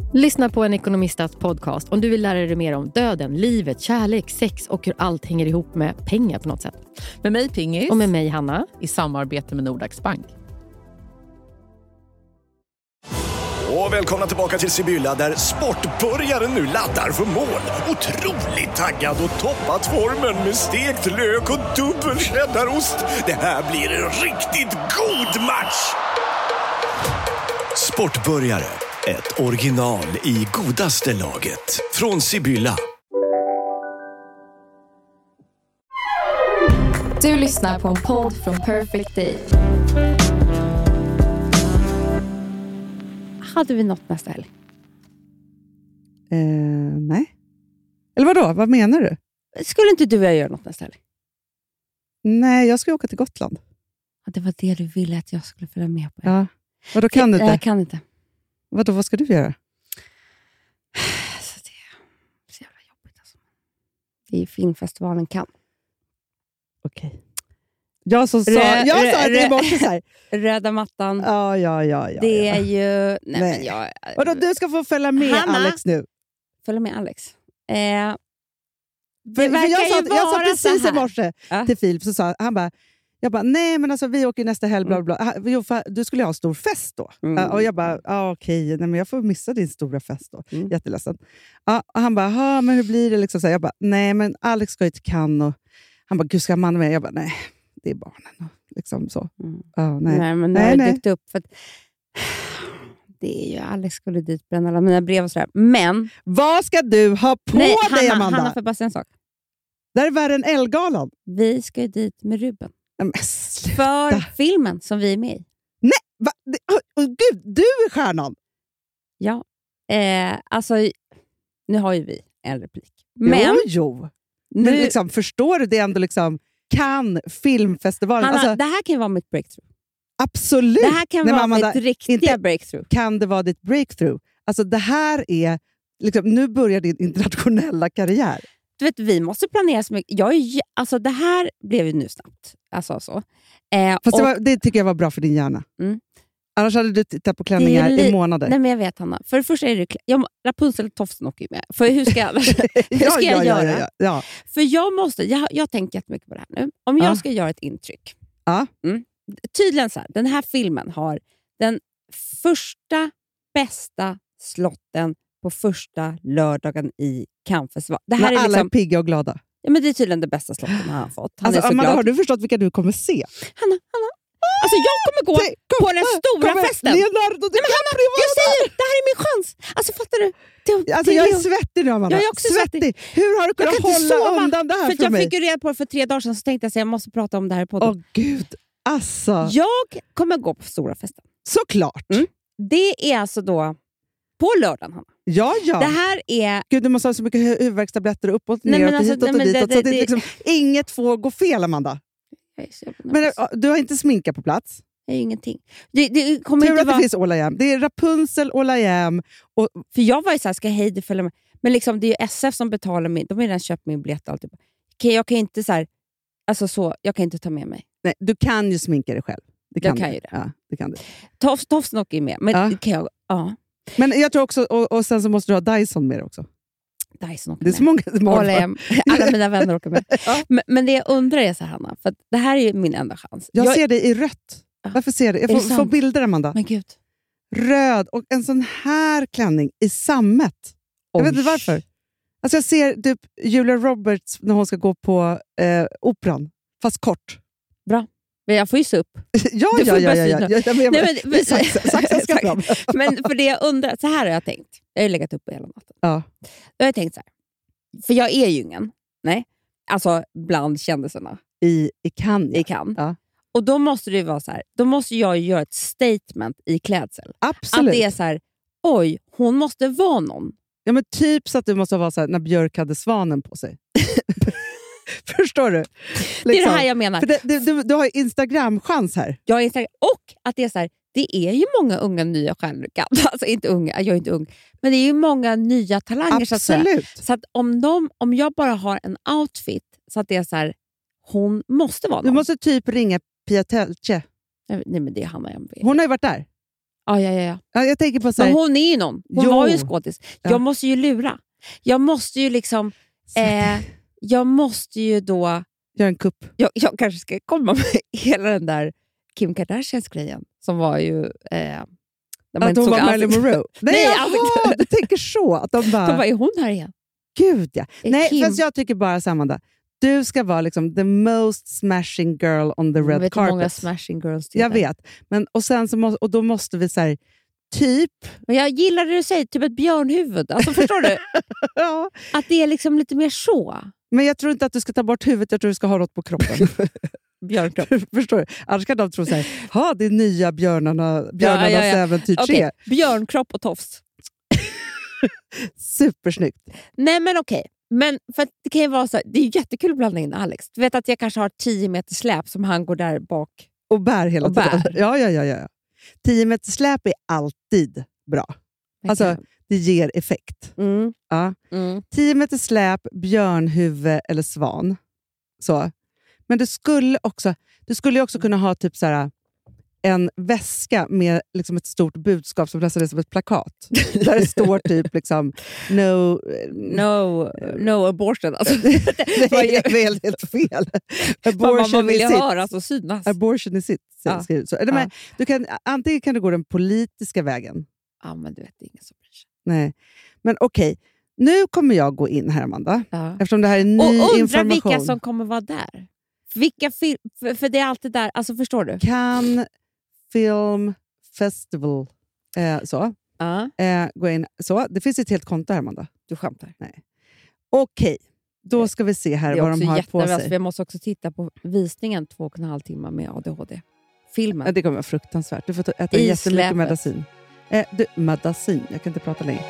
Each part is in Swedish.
Lyssna på en ekonomistas podcast om du vill lära dig mer om döden, livet, kärlek, sex och hur allt hänger ihop med pengar på något sätt. Med mig Pingis. Och med mig Hanna. I samarbete med Nordax Bank. Och välkomna tillbaka till Sibylla där sportbörjaren nu laddar för mål. Otroligt taggad och toppat formen med stekt lök och dubbel cheddarost. Det här blir en riktigt god match! Sportbörjare, ett original i godaste laget. Från Sibylla. Du lyssnar på en podd från Perfect Day. Hade vi något nästa helg? Nej. Eller vadå? Vad menar du? Skulle inte du och jag göra något nästa helg? Nej, jag ska åka till Gotland. Ja, det var det du ville att jag skulle följa med på. Ja. Vadå, kan du inte? Jag kan inte. Vadå, vad ska du göra? Så det är så jävla jobbigt alltså. Det är filmfestivalen Cannes. Okej. Jag sa det i morse så här. Röda mattan. Ja. Det är ju... Nej. Vadå, du ska få följa med Hanna. Alex nu. Följa med Alex. För jag sa precis i morse till Filip, så sa han jag bara, nej men alltså vi åker nästa helg, bla bla. Jo, du skulle ha en stor fest då. Och jag bara, okej, nej men jag får missa din stora fest då. Jätteledsen. Och han bara, men hur blir det liksom? Så jag bara, nej men Alex ska ju till Cannes. Och han bara, gud ska man med? Jag bara, nej, det är barnen. Liksom så. Nej, men det har dykt upp för att det är ju, Alex skulle dit bränna alla mina brev och sådär. Men... Vad ska du ha på dig, Amanda? Hanna, för bara en sak. Det är värre än Elgalan. Vi ska ju dit med Ruben. Sluta. För filmen som vi är med i. Nej, gud, du är stjärnan. Ja, alltså nu har ju vi en replik. Men, jo. Men liksom, förstår du, det är ändå liksom Cannes filmfestivalen. Hanna, alltså, det här kan vara mitt breakthrough. Absolut. Det här kan vara mitt riktiga breakthrough. Kan det vara ditt breakthrough? Alltså det här är liksom, nu börjar din internationella karriär. Du vet, vi måste planera så mycket. Alltså det här blev ju nu snabbt. Alltså så. Fast det tycker jag var bra för din hjärna. Annars hade du tittat på klänningar i månader. Nej, men jag vet, Hanna. För det första är det Rapunzel och tofsen åker ju med. För hur ska jag annars? Hur ska jag göra? Ja. För jag har tänkt jättemycket på det här nu. Om jag ska göra ett intryck. Tydligen så här, den här filmen har den första bästa slotten på första lördagen i Cannes-festival. Det här när är alla är pigga och glada. Ja, men det är tydligen det bästa slotten han har fått. Han är så Amanda, glad. har du förstått vilka du kommer se? Hanna. Alltså jag kommer gå på den stora festen. Leonardo DiCaprio. Jag säger, det här är min chans. Alltså fattar du? Jag är svettig nu, Amanda. Jag är också svettig. Hur har du kunnat hålla undan det här för jag mig? Fick ju reda på det för 3 dagar sedan, så tänkte jag att jag måste prata om det här på podden. Åh gud, alltså. Jag kommer gå på stora festen. Såklart. Det är alltså då på lördagen, Hanna. Ja. Det här är... Gud, du måste ha så mycket huvudvärkstabletter uppåt, neråt, alltså, hitåt och ditåt. Så att det liksom, inget får gå fel, Amanda. Men du har inte sminka på plats? Det är ingenting. Det kommer tur inte att vara... det finns All.I.am. Det är Rapunzel, All.I.am. För jag var ju såhär, ska Heidi följa med? Men liksom, det är ju SF som betalar min... De har redan köpt min biljett och allt. Jag kan inte så här... Alltså så, jag kan inte ta med mig. Nej, du kan ju sminka dig själv. Jag kan ju det. Ja, det kan du. Tofsen åker ju med. Men kan jag... Ja. Men jag tror också... Och sen så måste du ha Dyson med också. Dyson åker det är så många alla mina vänner åker med. Men det jag undrar är så här, Hanna. För det här är ju min enda chans. Jag ser det i rött. Varför ser du? Jag får bilder, Amanda. Men gud. Röd och en sån här klänning i sammet. Jag vet inte varför. Alltså jag ser typ Julia Roberts när hon ska gå på operan. Fast kort. Bra. Men jag får ju se upp. Ja. Saxen ska fram. Men för det jag undrar, så här har jag tänkt. Jag har legat uppe hela natten. Ja. Jag har tänkt så här. För jag är ju ingen. Nej. Alltså bland kändisarna. I Cannes. I Cannes. Ja. Och då måste det vara så här. Då måste jag göra ett statement i klädsel. Absolut. Att det är så här. Oj, hon måste vara någon. Ja, men typ så att du måste vara så här när Björk hade svanen på sig. Förstår du? Liksom. Det är det här jag menar. För du har ju Instagram-chans här. Jag har Instagram. Och att det är så här. Det är ju många unga nya stjärnor. Alltså inte unga, jag är inte ung. Men det är ju många nya talanger. Absolut. Så att om jag bara har en outfit så att det är så här, hon måste vara någon. Du måste typ ringa Pia Telche. Nej, men det är Hanna jag vet. Hon har ju varit där. Ja. Jag tänker på så här, men hon är ju någon. Hon var ju skådis. Ja. Jag måste ju lura. Jag måste ju liksom... jag måste ju då... Gör en kupp. Jag kanske ska komma med hela den där Kim Kardashians grejen. Som var ju... att hon var Marilyn Monroe. Nej, du tänker så. Att de bara, är hon här igen? Gud ja. Nej, fast jag tycker bara Amanda. Du ska vara liksom the most smashing girl on the red carpet. Jag vet många smashing girls till jag vet. Men, och sen så och då måste vi säga typ... Men jag gillar det du säger, typ ett björnhuvud. Alltså förstår du? Ja. Att det är liksom lite mer så. Men jag tror inte att du ska ta bort huvudet, jag tror du ska ha något på kroppen. Björnkropp. Förstår du? Annars kan de tro så här, det är nya björnarnas äventyr 3. Okay. Björnkropp och tofs. Supersnyggt. Nej men okej. Men för att det kan ju vara så här, det är ju jättekul att blanda in Alex. Du vet att jag kanske har 10 meter släp som han går där bak. Och bär hela tiden. Ja. 10 meter släp är alltid bra. Okay. Alltså, det ger effekt. Ja. 10 meter släp, björnhuvud eller svan. Så. Men du skulle också kunna ha typ så här, en väska med liksom ett stort budskap som nästan är som ett plakat. Där det står typ liksom no abortion. Alltså, det var helt fel. Abortion vill jag höra, alltså synas. Abortion is it. Men, antingen kan du gå den politiska vägen. Ja, men du vet, det är ingen som bryr sig. Nej. Men okej. Nu kommer jag gå in här, Amanda. Ja. Eftersom det här är ny information. Och undra vilka som kommer vara där. Vilka för det är alltid där. Alltså förstår du? Cannes Film Festival. Gå in. Så. Det finns ett helt konto här, Amanda. Du skämtar. Nej. Okej. Då ska vi se här vad de har på sig. Jag måste också titta på visningen 2,5 timmar med ADHD. Filmen. Ja, det kommer vara fruktansvärt. Du får äta jättemycket medicin. Medicin. Jag kan inte prata längre.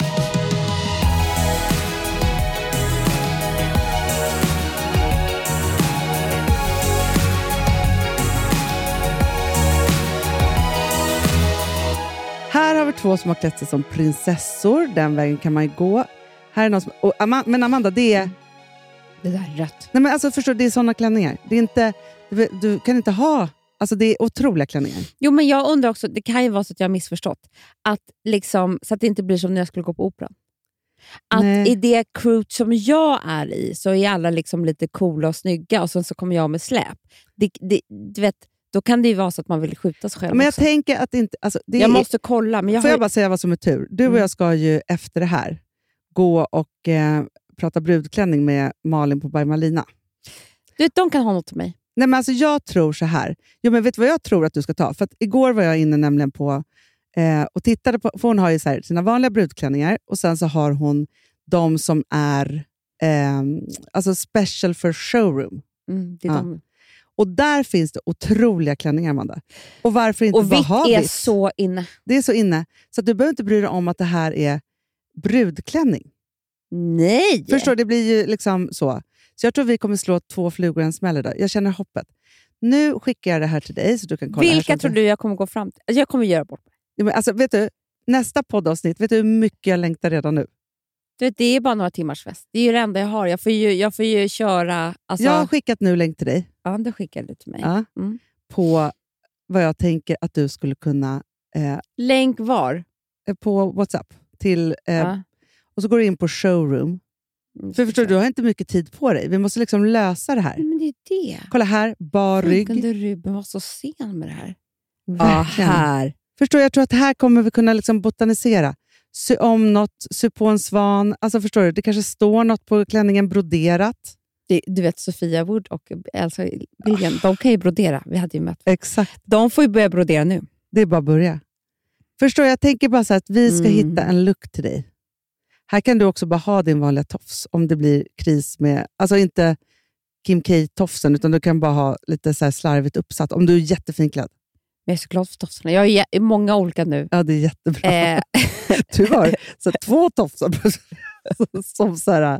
Här har vi 2 som har klätt sig som prinsessor. Den vägen kan man ju gå. Här är någon som, men Amanda, det är... Det där är rött. Nej, men alltså förstår det är såna klänningar. Det är inte... Du kan inte ha... Alltså det är otroliga klänningar. Jo, men jag undrar också, det kan ju vara så att jag har missförstått. Att liksom, så att det inte blir som när jag skulle gå på operan. Att i det crew som jag är i så är alla liksom lite coola och snygga. Och sen så kommer jag med släp. Du vet... Då kan det ju vara så att man vill skjuta sig själv. Men jag tänker att inte... Alltså, jag måste kolla. Men jag bara säga vad som är tur? Du och jag ska ju efter det här gå och prata brudklänning med Malin på By Malina. Du vet, de kan ha något till mig. Nej, men alltså jag tror så här. Jo, men vet du vad jag tror att du ska ta? För att igår var jag inne nämligen på och tittade på... För hon har ju så här, sina vanliga brudklänningar och sen så har hon de som är alltså special for showroom. Det är de. Och där finns det otroliga klänningar, Amanda. Och varför inte bara ha vitt? Och vitt är så inne. Det är så inne. Så att du behöver inte bry dig om att det här är brudklänning. Nej! Förstår, det blir ju liksom så. Så jag tror vi kommer slå 2 flugor i en smäll idag. Jag känner hoppet. Nu skickar jag det här till dig så du kan kolla. Vilka tror du jag kommer gå fram till? Alltså, jag kommer göra bort mig. Alltså, vet du, nästa poddavsnitt, vet du hur mycket jag längtar redan nu? Du vet, det är bara några timmars fest. Det är ju det enda jag har. Jag får ju köra... Alltså... Jag har skickat nu länk till dig. Ja, det skickade du till mig. Ja, på vad jag tänker att du skulle kunna... länk var? På WhatsApp. Till, och så går du in på showroom. För förstår du har inte mycket tid på dig. Vi måste liksom lösa det här. Men det är det. Kolla här, bar rygg. Kunde Ruben vara så sen med det här? Verkligen. Här. Förstår jag tror att här kommer vi kunna liksom botanisera. Sy om något, sy på en svan. Alltså förstår du, det kanske står något på klänningen broderat. Du vet, Sofia Wood och Elsa Billgren, de kan ju brodera. Vi hade ju mött. Exakt. De får ju börja brodera nu. Det är bara att börja. Förstår jag tänker bara så att vi ska hitta en look till dig. Här kan du också bara ha din vanliga tofs om det blir kris med, alltså inte Kim K-tofsen utan du kan bara ha lite så här slarvigt uppsatt om du är jättefin klädd. Jag är så glad för tofsarna. Jag är många olika nu. Ja, det är jättebra. Du har så 2 tofsar som så här.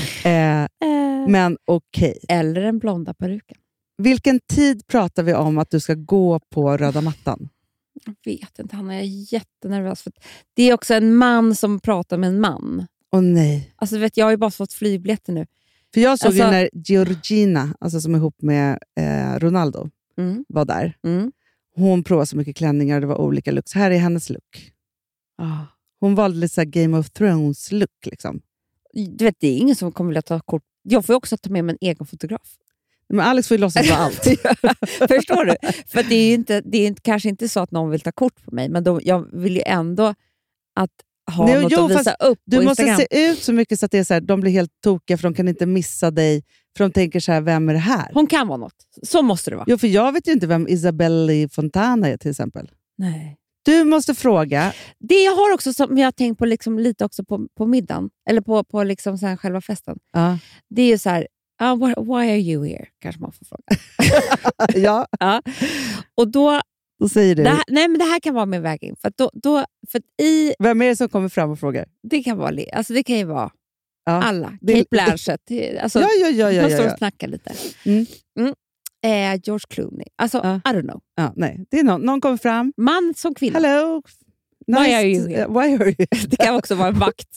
Men okej. Eller den blonda peruken. Vilken tid pratar vi om att du ska gå på röda mattan? Jag vet inte, Hanna. Jag är jättenervös. För det är också en man som pratar med en man. Åh nej. Alltså vet jag har ju bara fått flygbiljetter nu. För jag såg ju när Georgina, alltså som är ihop med Ronaldo, var där. Hon provade så mycket klänningar och det var olika looks. Här är hennes look. Hon valde lite så Game of Thrones look liksom. Du vet, det är ingen som kommer vilja ta kort. Jag får ju också ta med mig en egen fotograf. Men Alex får ju låtsas vara allt. Förstår du? För det är kanske inte så att någon vill ta kort på mig, men jag vill ju ändå att ha något att visa upp du på måste Instagram. se ut så mycket så att det är så här, de blir helt tokiga för de kan inte missa dig. För de tänker så här, vem är det här? Hon kan vara något. Så måste det vara. Jo, för jag vet ju inte vem Isabelle Fontana är till exempel. Nej. Du måste fråga. Det jag har också, som jag har tänkt på liksom, lite också på middagen, eller på liksom så här, själva festen. Det är ju så här, why are you here? Kanske man får fråga. Ja. Och då säger du. Nej, men det här kan vara med väg in. För vem är det som kommer fram och frågar? Det kan vara, alltså det kan ju vara alla. Kate Blanchett. Alltså, ja. står och snackar lite. George Clooney. Alltså, I don't know. Nej, det är någon kommer fram. Man som kvinna. Hello. Nice. Why are you here? Why are you? Det kan också vara en vakt.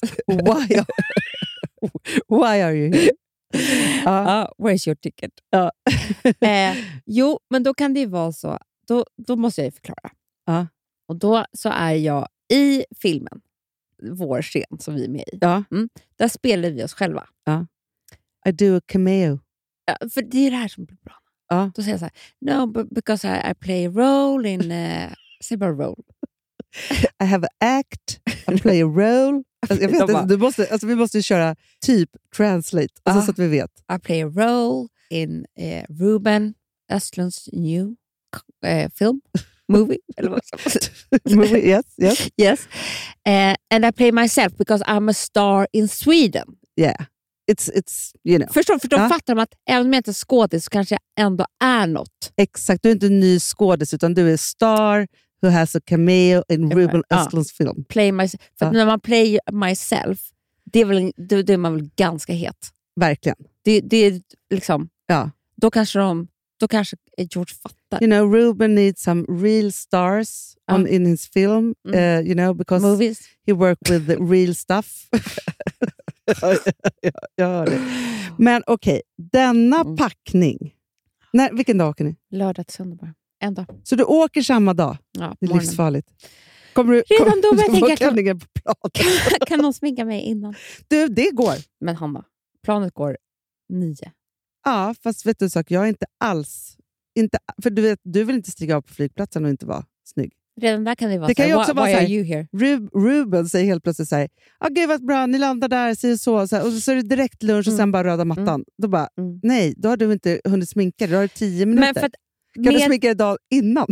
Why are you here? Where's your ticket? Jo, men då kan det ju vara så. Då måste jag ju förklara. Och då så är jag i filmen, vår scen som vi är med i. Där spelar vi oss själva. I do a cameo. För det är det här som blir bra. Då säger jag så här, no, but because I play a role in... säg bara role. I have an act, I play a role. Alltså, jag vet, vi måste köra typ translate, alltså, så att vi vet. I play a role in Ruben Östlunds new film, movie. Eller vad movie, yes. And I play myself because I'm a star in Sweden. Yeah. It's you know. Förstår, för då fattar de att även om jag inte är skådis så kanske jag ändå är något. Exakt, du är inte en ny skådis utan du är star who has a cameo in Ruben Östlunds film. Play myself. För när man play myself, det är man väl ganska het. Verkligen. Det är liksom, då kanske George fattar. You know, Ruben needs some real stars in his film, you know, because movies. He worked with the real stuff. Jag hör det. Men okej, denna packning. Vilken dag åker ni? Lördag till söndag bara. En dag. Så du åker samma dag? Ja, det är livsfarligt. Kommer du få klänningen på planet? Kan någon sminka mig innan? Du, det går. Men Hanna, planet går 9. Ja, fast vet du en sak, jag är inte alls... för du vill inte stiga av på flygplatsen och inte vara snygg. Redan där kan det vara det så här, kan ju också vara why så här, are you here? Ruben säger helt plötsligt så här, gud vad bra, ni landar där, så här, och så är det direkt lunch och sen bara röda mattan. Då bara, nej, då har du inte hunnit sminka dig, då har du 10 minuter. Men för att, kan du sminka dig dag innan?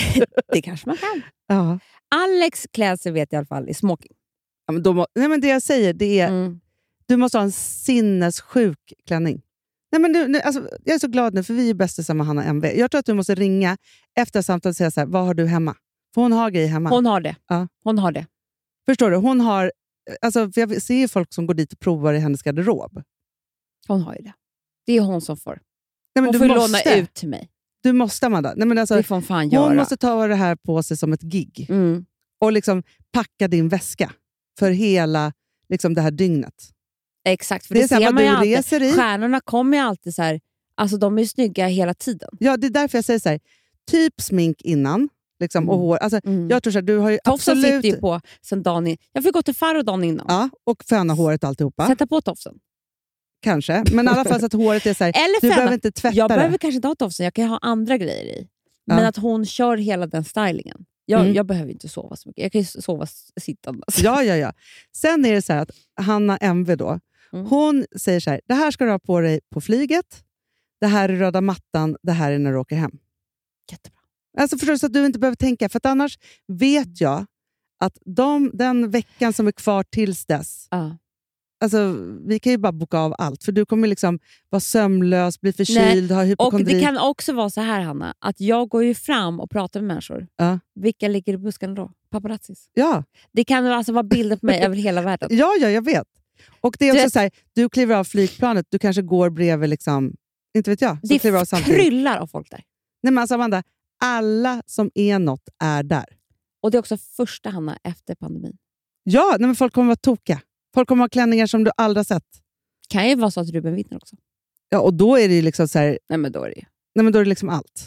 Det kanske man kan. Ja. Alex klädsel vet i alla fall i smoking. Ja, men det jag säger, det är du måste ha en sinnessjuk klänning. Nej, men alltså, jag är så glad nu för vi är bästisar med Hanna MV. Jag tror att du måste ringa efter samtalet och säga så här, vad har du hemma? För hon har grejer hemma. Hon har det. Ja. Hon har det. Förstår du? Hon har, alltså, för jag ser ju folk som går dit och provar i hennes garderob. Hon har ju det. Det är hon som får. Nej, men hon du får måste låna ut till mig. Du måste, Amanda. Nej, men alltså, det får hon fan göra. Hon måste ta det här på sig som ett gig. Och liksom packa din väska för hela liksom, det här dygnet. Exakt, för det ser man ju alltid. Stjärnorna kommer ju alltid så här, alltså de är ju snygga hela tiden. Ja, det är därför jag säger så här, typ smink innan liksom, och hår. Alltså, jag tror så här, du har ju tofsen absolut... sitter ju på sen dagen innan. Jag fick gå till Farao dagen innan. Ja, och föna håret och alltihopa. Sätta på tofsen. Kanske, men i alla fall så att håret är så här, eller du behöver inte tvätta jag det. Behöver kanske inte ha tofsen, jag kan ha andra grejer i. Men att hon kör hela den stylingen. Jag behöver inte sova så mycket. Jag kan ju sova sittande. Ja. Sen är det så här att Hanna MV då, hon säger så här, det här ska du ha på dig på flyget. Det här är röda mattan, det här är när du åker hem. Jättebra. Alltså förstår du, så att du inte behöver tänka. För att annars vet jag att den veckan som är kvar tills dess, alltså, vi kan ju bara boka av allt. För du kommer liksom vara sömnlös, bli förkyld, ha hypokondri. Och det kan också vara så här, Hanna, att jag går ju fram och pratar med människor. Vilka ligger i buskarna då? Paparazzis. Ja. Det kan alltså vara bilder på mig över hela världen. Ja, jag vet. Och det är också så här, du kliver av flygplanet, du kanske går bredvid liksom, inte vet jag. Det kryllar av folk där. Nej men alltså Amanda, alla som är något är där. Och det är också första, Hanna, efter pandemin. Ja, nej, men folk kommer vara tokiga. Folk kommer ha klänningar som du aldrig har sett. Kan ju vara så att Ruben vinner också. Ja, och då är det ju liksom så här... Nej, men då är det ju. Nej, men då är det liksom allt.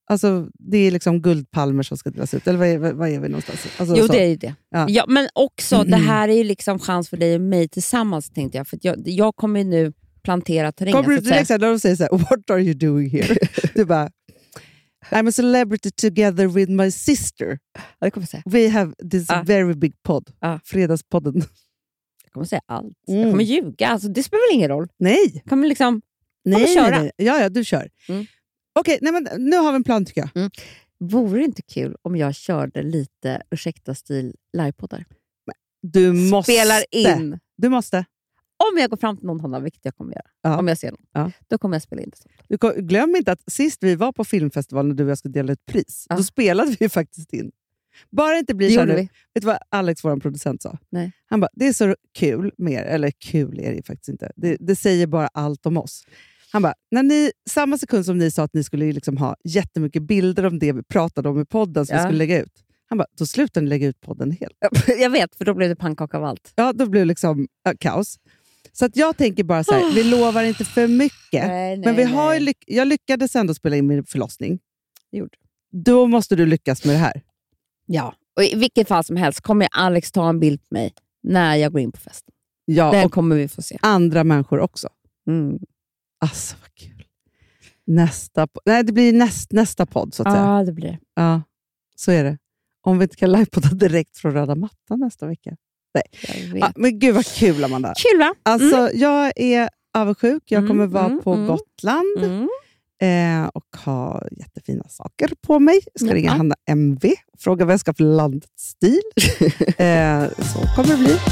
Alltså, det är liksom guldpalmer som ska delas ut. Eller vad är vi någonstans? Alltså, jo, så. det är ju det. Ja. Ja, men också, det här är ju liksom chans för dig och mig tillsammans, tänkte jag. För att jag kommer ju nu plantera terrängen. Kommer du direkt när de säger så här, what are you doing here? Du bara, I'm a celebrity together with my sister. Ja, det kommer jag säga. We have this very big pod. Fredagspodden. Jag kommer säga allt. Jag kommer ljuga. Alltså, det spelar väl ingen roll? Nej. Kommer liksom... Nej, köra. nej. Ja, du kör. Okej, men nu har vi en plan tycker jag. Vore det inte kul om jag körde lite ursäkta-stil livepoddar? Du måste. Spelar in. Du måste. Om jag går fram till någon, vilket jag kommer göra. Ja. Om jag ser någon. Då kommer jag spela in det. Glöm inte att sist vi var på filmfestivalen när du och jag skulle dela ut pris, då spelade vi faktiskt in. Bara inte blir så nu. Vet du vad Alex, vår producent, sa? Nej. Han bara, det är så kul med er. Eller kul är det faktiskt inte. Det säger bara allt om oss. Han bara, samma sekund som ni sa att ni skulle liksom ha jättemycket bilder om det vi pratade om i podden som vi skulle lägga ut. Han bara, då slutar ni lägga ut podden helt. Jag vet, för då blev det pannkaka av allt. Ja, då blev det liksom kaos. Så att jag tänker bara så här, vi lovar inte för mycket. Men vi har jag lyckades ändå spela in min förlossning. Det gjorde. Då måste du lyckas med det här. Ja, och i vilket fall som helst kommer Alex ta en bild på mig när jag går in på festen. Ja, den och kommer vi få se. Andra människor också. Alltså, vad kul. Det blir nästa podd, så att säga. Ja, det blir det. Ja, så är det. Om vi inte kan livepodda direkt från röda mattan nästa vecka. Nej. Men gud vad kul, Amanda. Kul, va? Alltså, jag är avundsjuk. Jag kommer vara på Gotland och ha jättefina saker på mig. Jag ska ringa Hanna MV och fråga vad jag ska för landstil. Så kommer det bli.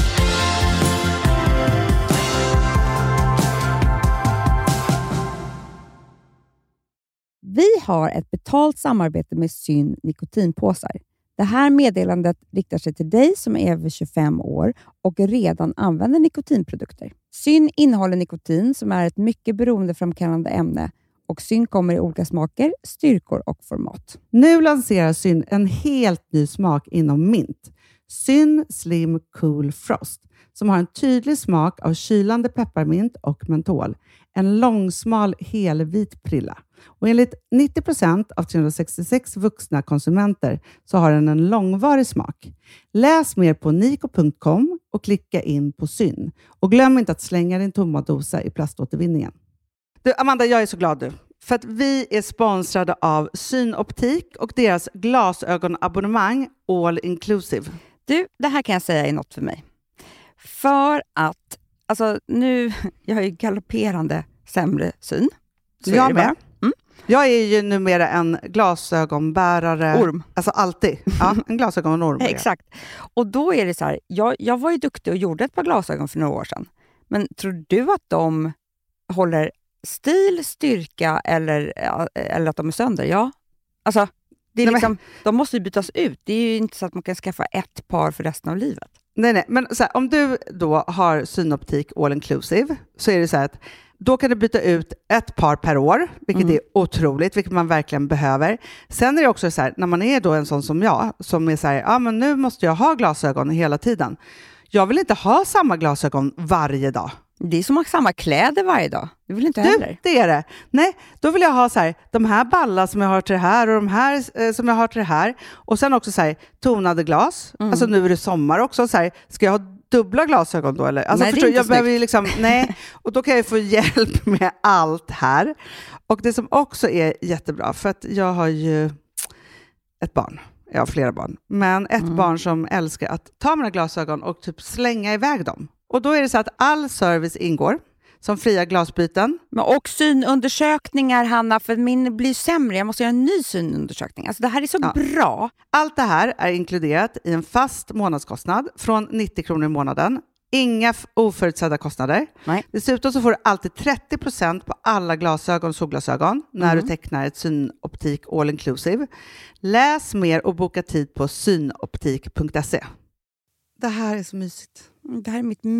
Vi har ett betalt samarbete med Syn nikotinpåsar. Det här meddelandet riktar sig till dig som är över 25 år och redan använder nikotinprodukter. Syn innehåller nikotin som är ett mycket beroendeframkallande ämne och Syn kommer i olika smaker, styrkor och format. Nu lanserar Syn en helt ny smak inom mint. Syn Slim Cool Frost som har en tydlig smak av kylande pepparmint och mentol. En långsmal helvit prilla. Och enligt 90% av 366 vuxna konsumenter så har den en långvarig smak. Läs mer på niko.com och klicka in på Syn. Och glöm inte att slänga din tomma dosa i plaståtervinningen. Du, Amanda, jag är så glad du. För att vi är sponsrade av Synoptik och deras glasögonabonnemang All Inclusive. Du, det här kan jag säga är något för mig. För att, alltså nu, jag har ju galopperande sämre syn. Så jag med. Jag är ju numera en glasögonbärare. Orm. Alltså alltid. Ja, en glasögonorm. Exakt. Och då är det så här, jag var ju duktig och gjorde ett par glasögon för några år sedan. Men tror du att de håller stil, styrka eller att de är sönder? Ja. Alltså, det är liksom, de måste ju bytas ut. Det är ju inte så att man kan skaffa ett par för resten av livet. Nej. Men så här, om du då har Synoptik All Inclusive så är det så här att då kan du byta ut ett par per år, vilket är otroligt, vilket man verkligen behöver. Sen är det också så här, när man är då en sån som jag, som är så här, men nu måste jag ha glasögon hela tiden. Jag vill inte ha samma glasögon varje dag. Det är som att ha samma kläder varje dag. Det vill inte heller. Det är det. Nej, då vill jag ha så här, de här ballar som jag har till det här och de här som jag har till det här. Och sen också så här, tonade glas. Alltså nu är det sommar också. Så här, ska jag ha dubbla glasögon då? Eller? Alltså, nej, förstår, jag behöver ju liksom, nej. Och då kan jag få hjälp med allt här. Och det som också är jättebra, för att jag har ju ett barn. Jag har flera barn. Men ett barn som älskar att ta mina glasögon och typ slänga iväg dem. Och då är det så att all service ingår. Som fria glasbyten. Men och synundersökningar, Hanna, för min blir sämre. Jag måste göra en ny synundersökning. Alltså det här är så bra. Allt det här är inkluderat i en fast månadskostnad från 90 kronor i månaden. Inga oförutsedda kostnader. Nej. Dessutom så får du alltid 30% på alla glasögon och solglasögon när du tecknar ett Synoptik All Inclusive. Läs mer och boka tid på synoptik.se. Det här är så mysigt. Det här är mitt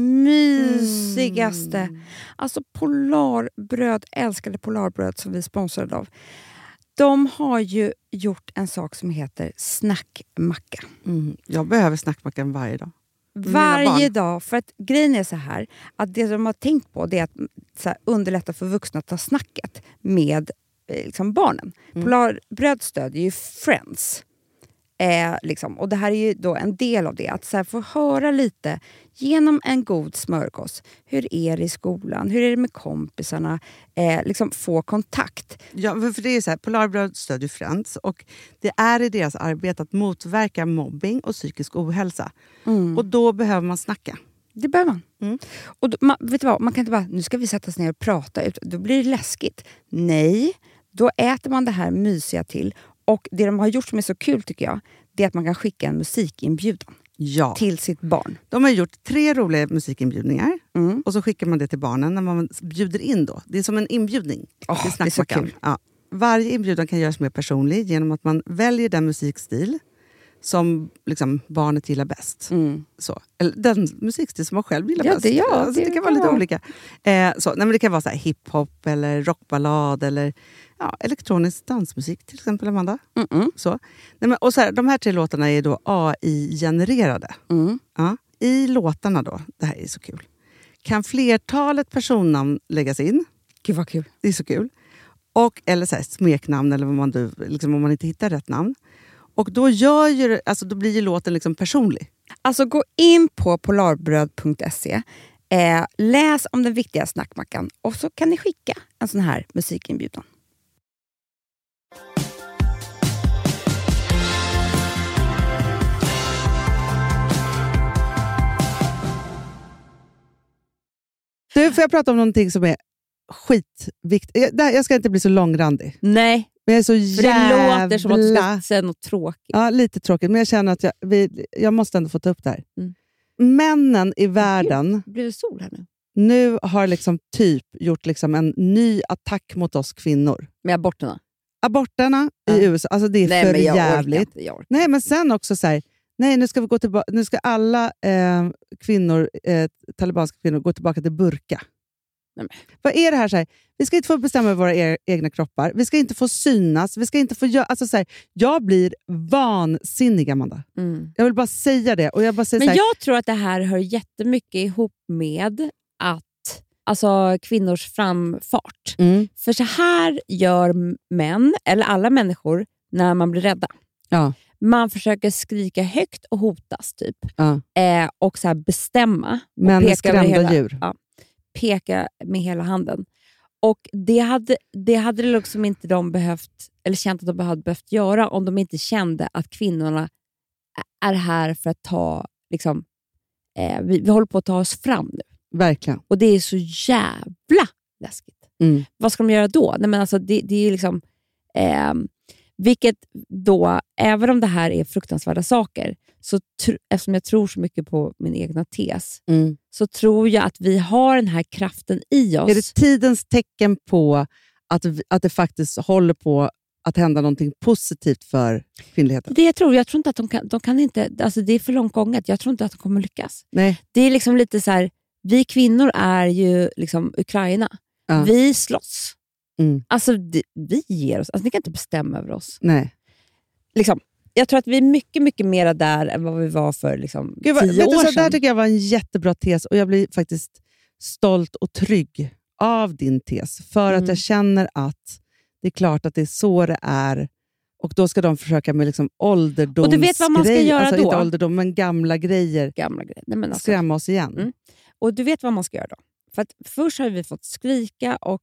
mysigaste. Alltså Polarbröd, älskade Polarbröd som vi sponsrade av. De har ju gjort en sak som heter snackmacka. Jag behöver snackmackan varje dag. Varje dag. För att grejen är så här, att det de har tänkt på det är att så här, underlätta för vuxna att ta snacket med liksom barnen. Polarbröd stödjer ju Friends. Liksom. Och det här är ju då en del av det. Att så här, få höra lite genom en god smörgås. Hur är det i skolan? Hur är det med kompisarna? Liksom få kontakt. Ja, för det är så här, Polarbröd stödjer Friends. Och det är i deras arbete att motverka mobbing och psykisk ohälsa. Och då behöver man snacka. Det behöver man. Och då, vet du vad? Man kan inte bara, nu ska vi sätta oss ner och prata. Då blir det läskigt. Nej, då äter man det här mysiga till. Och det de har gjort som är så kul tycker jag, det är att man kan skicka en musikinbjudan till sitt barn. De har gjort 3 roliga musikinbjudningar. Och så skickar man det till barnen när man bjuder in då. Det är som en inbjudning. Det är så kul. Ja. Varje inbjudan kan göras mer personlig genom att man väljer den musikstil som liksom barnet gillar bäst. Så. Eller den musikstil som man själv gillar bäst. Det kan vara lite olika. Det kan vara så här hiphop eller rockballad eller elektronisk dansmusik till exempel, Amanda. Så. Och så här, de här 3 låtarna är då AI-genererade. Ja. I låtarna då, det här är så kul, kan flertalet personnamn läggas in. Gud vad kul. Det är så kul. Eller så här, smeknamn eller vad man liksom, om man inte hittar rätt namn. Och då då blir ju låten liksom personlig. Alltså gå in på polarbröd.se, läs om den viktiga snackmackan och så kan ni skicka en sån här musikinbjudan. Du, får jag prata om någonting som är skitviktigt? Jag ska inte bli så långrandig. Nej. Men jag är så jävla... det låter som att du ska säga något tråkigt. Ja, lite tråkigt. Men jag känner att jag måste ändå få ta upp det här. Männen i världen... Blir det sol här nu? Nu har liksom gjort liksom en ny attack mot oss kvinnor. Med aborterna? Aborterna i USA. Alltså det är för jävligt. Jag orkar. Nej, men sen också så här... Nej, nu ska vi gå tillbaka. Nu ska alla kvinnor, talibanska kvinnor, gå tillbaka till burka. Nej. Vad är det här så här? Vi ska inte få bestämma över våra egna kroppar. Vi ska inte få synas. Vi ska inte få göra... Alltså så här, jag blir vansinnig, Amanda. Jag vill bara säga det. Och jag bara säger men så här, jag tror att det här hör jättemycket ihop med att kvinnors framfart. För så här gör män, eller alla människor, när man blir rädda. Ja. Man försöker skrika högt och hotas typ. Och så här bestämma. Men peka skrämda djur. Peka med hela handen. Och det hade liksom inte de behövt, eller känt att de hade behövt göra om de inte kände att kvinnorna är här för att ta liksom, vi håller på att ta oss fram nu. Verkligen. Och det är så jävla läskigt. Vad ska de göra då? Nej, men alltså, det är liksom vilket då, även om det här är fruktansvärda saker, så eftersom jag tror så mycket på min egna tes, så tror jag att vi har den här kraften i oss. Är det tidens tecken på att det faktiskt håller på att hända någonting positivt för kvinnligheten? Det jag tror inte att de kan inte, alltså det är för långt gånget. Jag tror inte att de kommer lyckas. Nej. Det är liksom lite så här, vi kvinnor är ju liksom Ukraina. Ja. Vi slåss. Alltså vi ger oss, alltså ni kan inte bestämma över oss. Nej. Liksom, jag tror att vi är mycket, mycket mer där än vad vi var för 10 år sedan. Det här tycker jag var en jättebra tes och jag blir faktiskt stolt och trygg av din tes. För att jag känner att det är klart att det är så det är. Och då ska de försöka med liksom ålderdomsgrejer. Och du vet vad man ska göra alltså, då? Inte ålderdom, men gamla grejer. Nej, men alltså, skrämma oss igen. Och du vet vad man ska göra då? För att först har vi fått skrika och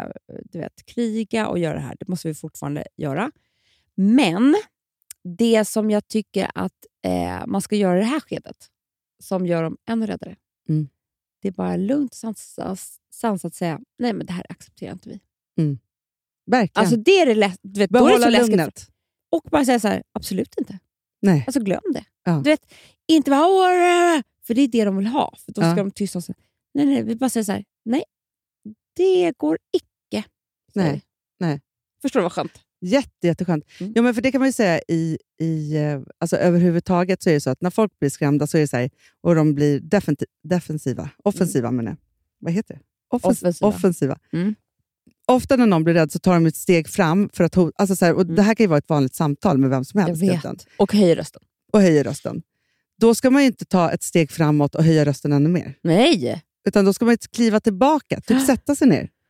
kriga och göra det här. Det måste vi fortfarande göra. Men det som jag tycker att man ska göra i det här skedet, som gör dem ännu räddare, det är bara lugnt och sansat säga, nej men det här accepterar inte vi. Verkligen. Alltså det är det då är det så läskigt. Och bara säga så här, absolut inte. Nej. Alltså glöm det. Ja. Du vet, inte bara för det är det de vill ha. För då ska de tysta och säga, nej, vi bara säger så här, nej, det går icke. Nej. Förstår du vad skönt? Jätteskönt. Ja, men för det kan man ju säga alltså överhuvudtaget så är det så att när folk blir skrämda så är det så här, och de blir offensiva menar jag. Vad heter det? Offensiva. Ofta när någon blir rädd så tar de ett steg fram för att alltså så här, och det här kan ju vara ett vanligt samtal med vem som helst. Jag vet. Och höjer rösten. Då ska man ju inte ta ett steg framåt och höja rösten ännu mer. Nej. Utan då ska man inte kliva tillbaka, typ sätta sig ner.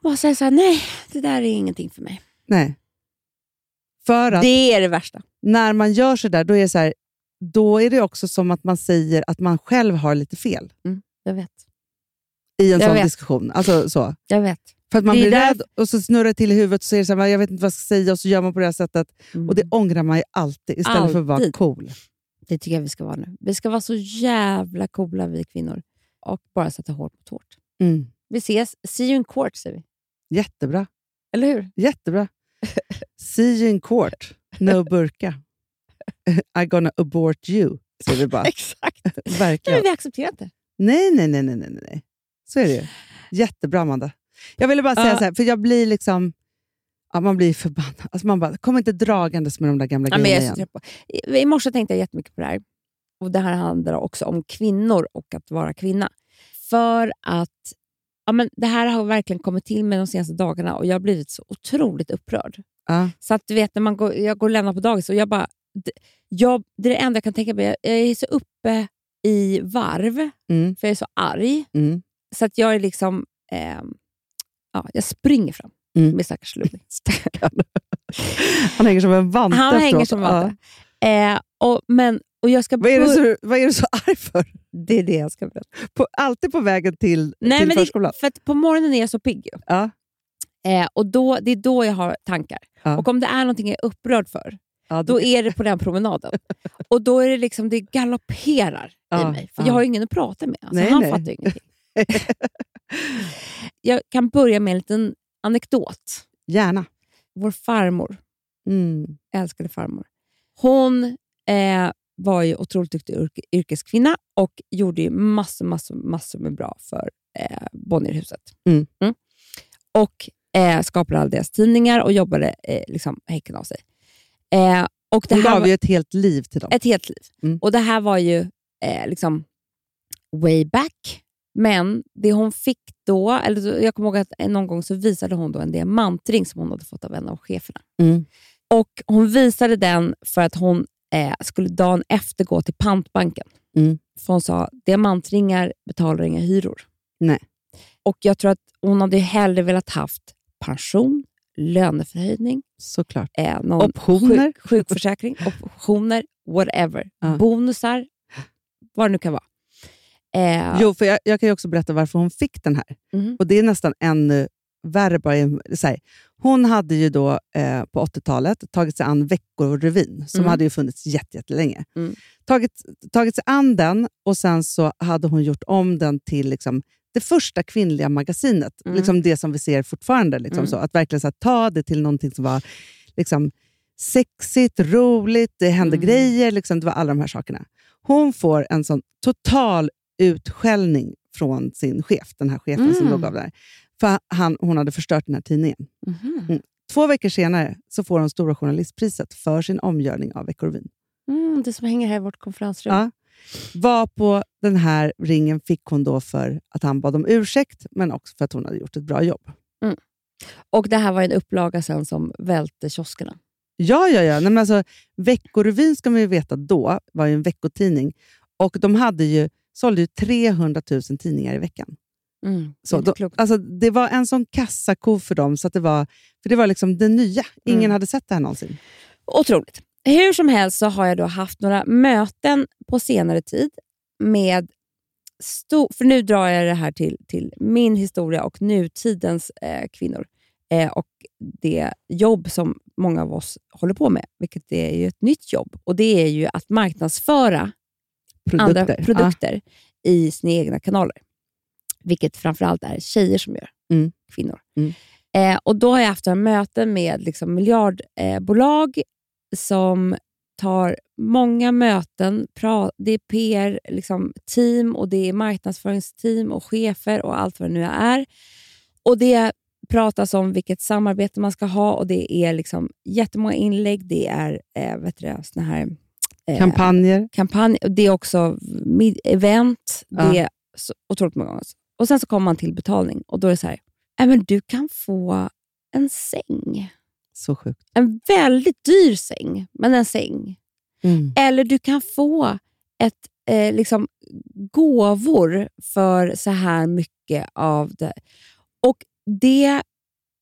Och säger så här, nej, det där är ingenting för mig. Nej. För att det är det värsta. När man gör så där, då är det så här, då är det också som att man säger att man själv har lite fel. Jag vet. I en sån diskussion. Alltså så. Jag vet. För att man blir rädd och så snurrar det till i huvudet och så är det så här, jag vet inte vad jag ska säga och så gör man på det här sättet. Och det ångrar man ju alltid istället för att vara cool. Det tycker jag vi ska vara nu. Vi ska vara så jävla coola vi kvinnor. Och bara sätta hårt på tårt. Vi ses. See you in court, säger vi. Jättebra. Eller hur? Jättebra. See you in court. No burka. I'm gonna abort you, säger vi bara. Exakt. Verkligen. Men vi accepterar inte. Nej. Så är det ju. Jättebra, Amanda. Jag ville bara säga så här, för jag blir liksom... Ja, man blir förbannad. Alltså man bara, kom inte dragandes med de där gamla grejerna igen. I morse tänkte jag jättemycket på det här. Och det här handlar också om kvinnor och att vara kvinna. För att det här har verkligen kommit till mig de senaste dagarna och jag har blivit så otroligt upprörd. Så att du vet, när jag går och lämnar på dagis och jag bara... det är det enda jag kan tänka på. Jag är så uppe i varv. För jag är så arg. Så att jag är liksom... jag springer fram. Med stackars Ludvig. Han hänger som en vante. Han hänger som en vante. Och jag ska vad är du så arg för? Det är det jag ska berätta. Alltid på vägen till förskolan? För att på morgonen är jag så pigg. Ja. Och det är då jag har tankar. Ja. Och om det är någonting jag är upprörd för, då är det på den promenaden. Och då är det liksom, det galopperar i mig. För jag har ju ingen att prata med. Alltså, han fattar ju ingenting. Jag kan börja med en liten anekdot. Gärna. Vår farmor. Älskade farmor. Hon var ju otroligt duktig yrkeskvinna och gjorde ju massor med bra för Bonnierhuset. Och skapade alla deras tidningar och jobbade liksom häcken av sig. Och det hon här gav ju ett helt liv till dem. Ett helt liv. Och det här var ju liksom way back. Men det hon fick då, eller jag kommer ihåg att någon gång så visade hon då en diamantring som hon hade fått av en av cheferna. Och hon visade den för att hon skulle dagen efter gå till pantbanken. För hon sa, diamantringar betalar inga hyror. Nej. Och jag tror att hon hade hellre velat haft pension, löneförhöjning. Såklart. Optioner. Sjukförsäkring, optioner, whatever. Bonusar, vad det nu kan vara. Jo, för jag kan ju också berätta varför hon fick den här. Och det är nästan ännu värre. Hon hade ju då på 80-talet tagit sig an Veckorevyn som hade ju funnits jättelänge. Tagit sig an den och sen så hade hon gjort om den till liksom det första kvinnliga magasinet. Liksom det som vi ser fortfarande. Liksom så, att verkligen så här, ta det till någonting som var liksom sexigt, roligt, det hände grejer. Liksom, det var alla de här sakerna. Hon får en sån total utskällning från sin chef, den här chefen som låg av där. För hon hade förstört den här tidningen. 2 veckor senare så får hon Stora journalistpriset för sin omgörning av Veckorevyn. Det som hänger här i vårt konferensrum. Ja. Var på den här ringen fick hon då för att han bad om ursäkt, men också för att hon hade gjort ett bra jobb. Och det här var en upplaga sen som välte kioskerna. Ja. Nej, men alltså, Veckorevyn ska man ju veta då var ju en veckotidning. Och de sålde ju 300 000 tidningar i veckan. Så det var en sån kassako för dem. Så att det var liksom det nya. Ingen hade sett det här någonsin. Otroligt. Hur som helst så har jag då haft några möten på senare tid med för nu drar jag det här till min historia och nutidens kvinnor. Och det jobb som många av oss håller på med, vilket är ju ett nytt jobb. Och det är ju att marknadsföra andra produkter i sina egna kanaler. Vilket framförallt är tjejer som gör, kvinnor. Och då har jag haft en möten med liksom miljardbolag som tar många möten. Det är PR liksom, team och det är marknadsföringsteam och chefer och allt vad det nu är. Och det pratas om vilket samarbete man ska ha och det är liksom jättemånga inlägg. Det är såna här kampanjer. Det är också event. Det är så otroligt många gånger. Och sen så kommer man till betalning och då är det så här, men du kan få en säng. Så sjukt. En väldigt dyr säng, men en säng. Eller du kan få liksom gåvor för så här mycket av det. Och det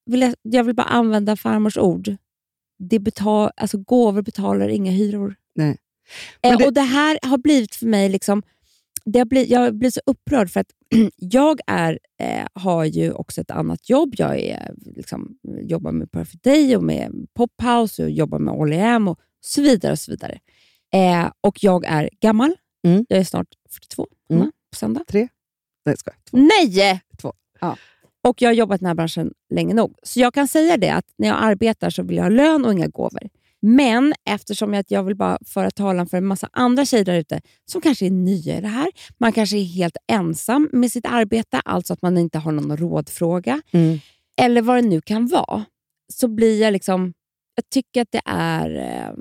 jag vill bara använda farmors ord. Alltså gåvor betalar inga hyror. Nej. Och det här har blivit för mig liksom, jag blir så upprörd för att jag har ju också ett annat jobb. Jag jobbar med Perfect Day och med Pophouse och jobbar med OLM och så vidare och så vidare. Och jag är gammal. Jag är snart 42 på söndag. 3? Nej, ska 2. Nej! 2. Ja. Och jag har jobbat i den här branschen länge nog. Så jag kan säga det att när jag arbetar så vill jag ha lön och inga gåvor. Men eftersom jag vill bara föra talan för en massa andra tjejer där ute som kanske är nya i det här. Man kanske är helt ensam med sitt arbete. Alltså att man inte har någon rådfråga. Eller vad det nu kan vara. Så blir jag liksom... Jag tycker att det är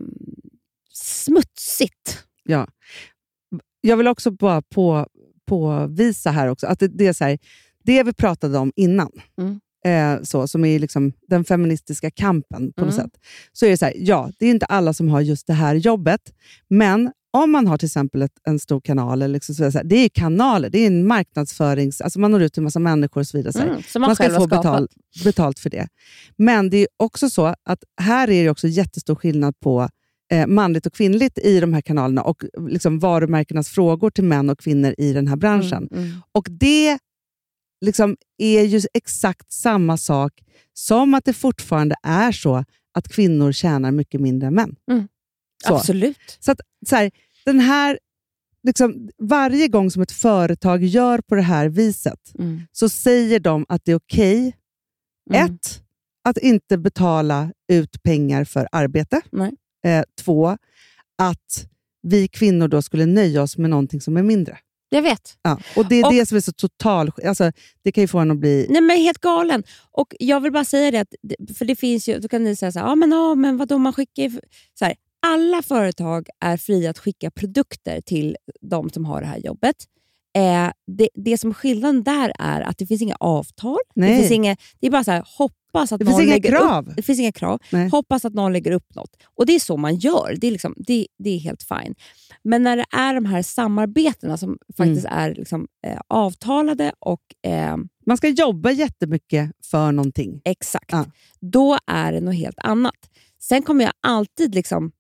smutsigt. Ja. Jag vill också bara påvisa här också att det är så här, det vi pratade om innan. Som är liksom den feministiska kampen på något sätt. Så är det så här, ja, det är inte alla som har just det här jobbet. Men om man har till exempel en stor kanal, eller liksom så det är kanaler, det är en marknadsförings... Alltså man når ut till en massa människor och så vidare. Så man ska få betalt för det. Men det är också så att här är det också jättestor skillnad på manligt och kvinnligt i de här kanalerna och liksom varumärkenas frågor till män och kvinnor i den här branschen. Och det liksom är ju exakt samma sak som att det fortfarande är så att kvinnor tjänar mycket mindre än män. Absolut. Så att så här, den här liksom, varje gång som ett företag gör på det här viset så säger de att det är okej. Att inte betala ut pengar för arbete. 2, att vi kvinnor då skulle nöja oss med någonting som är mindre. Jag vet. Ja, och det är det som är så alltså, det kan ju få en att bli... Nej, men helt galen. Och jag vill bara säga det, för det finns ju, då kan ni säga så här, men vadå, man skickar så här, alla företag är fria att skicka produkter till de som har det här jobbet. Det som skillnaden där är att det finns inga avtal. Nej. Det är bara så här, hoppas att det någon finns inga lägger krav. upp. Det finns inga krav. Nej. Hoppas att någon lägger upp något. Och det är så man gör. Det är, liksom, det är helt fine. Men när det är de här samarbetena som faktiskt är liksom, avtalade och... man ska jobba jättemycket för någonting. Exakt. Ja. Då är det något helt annat. Sen kommer jag alltid liksom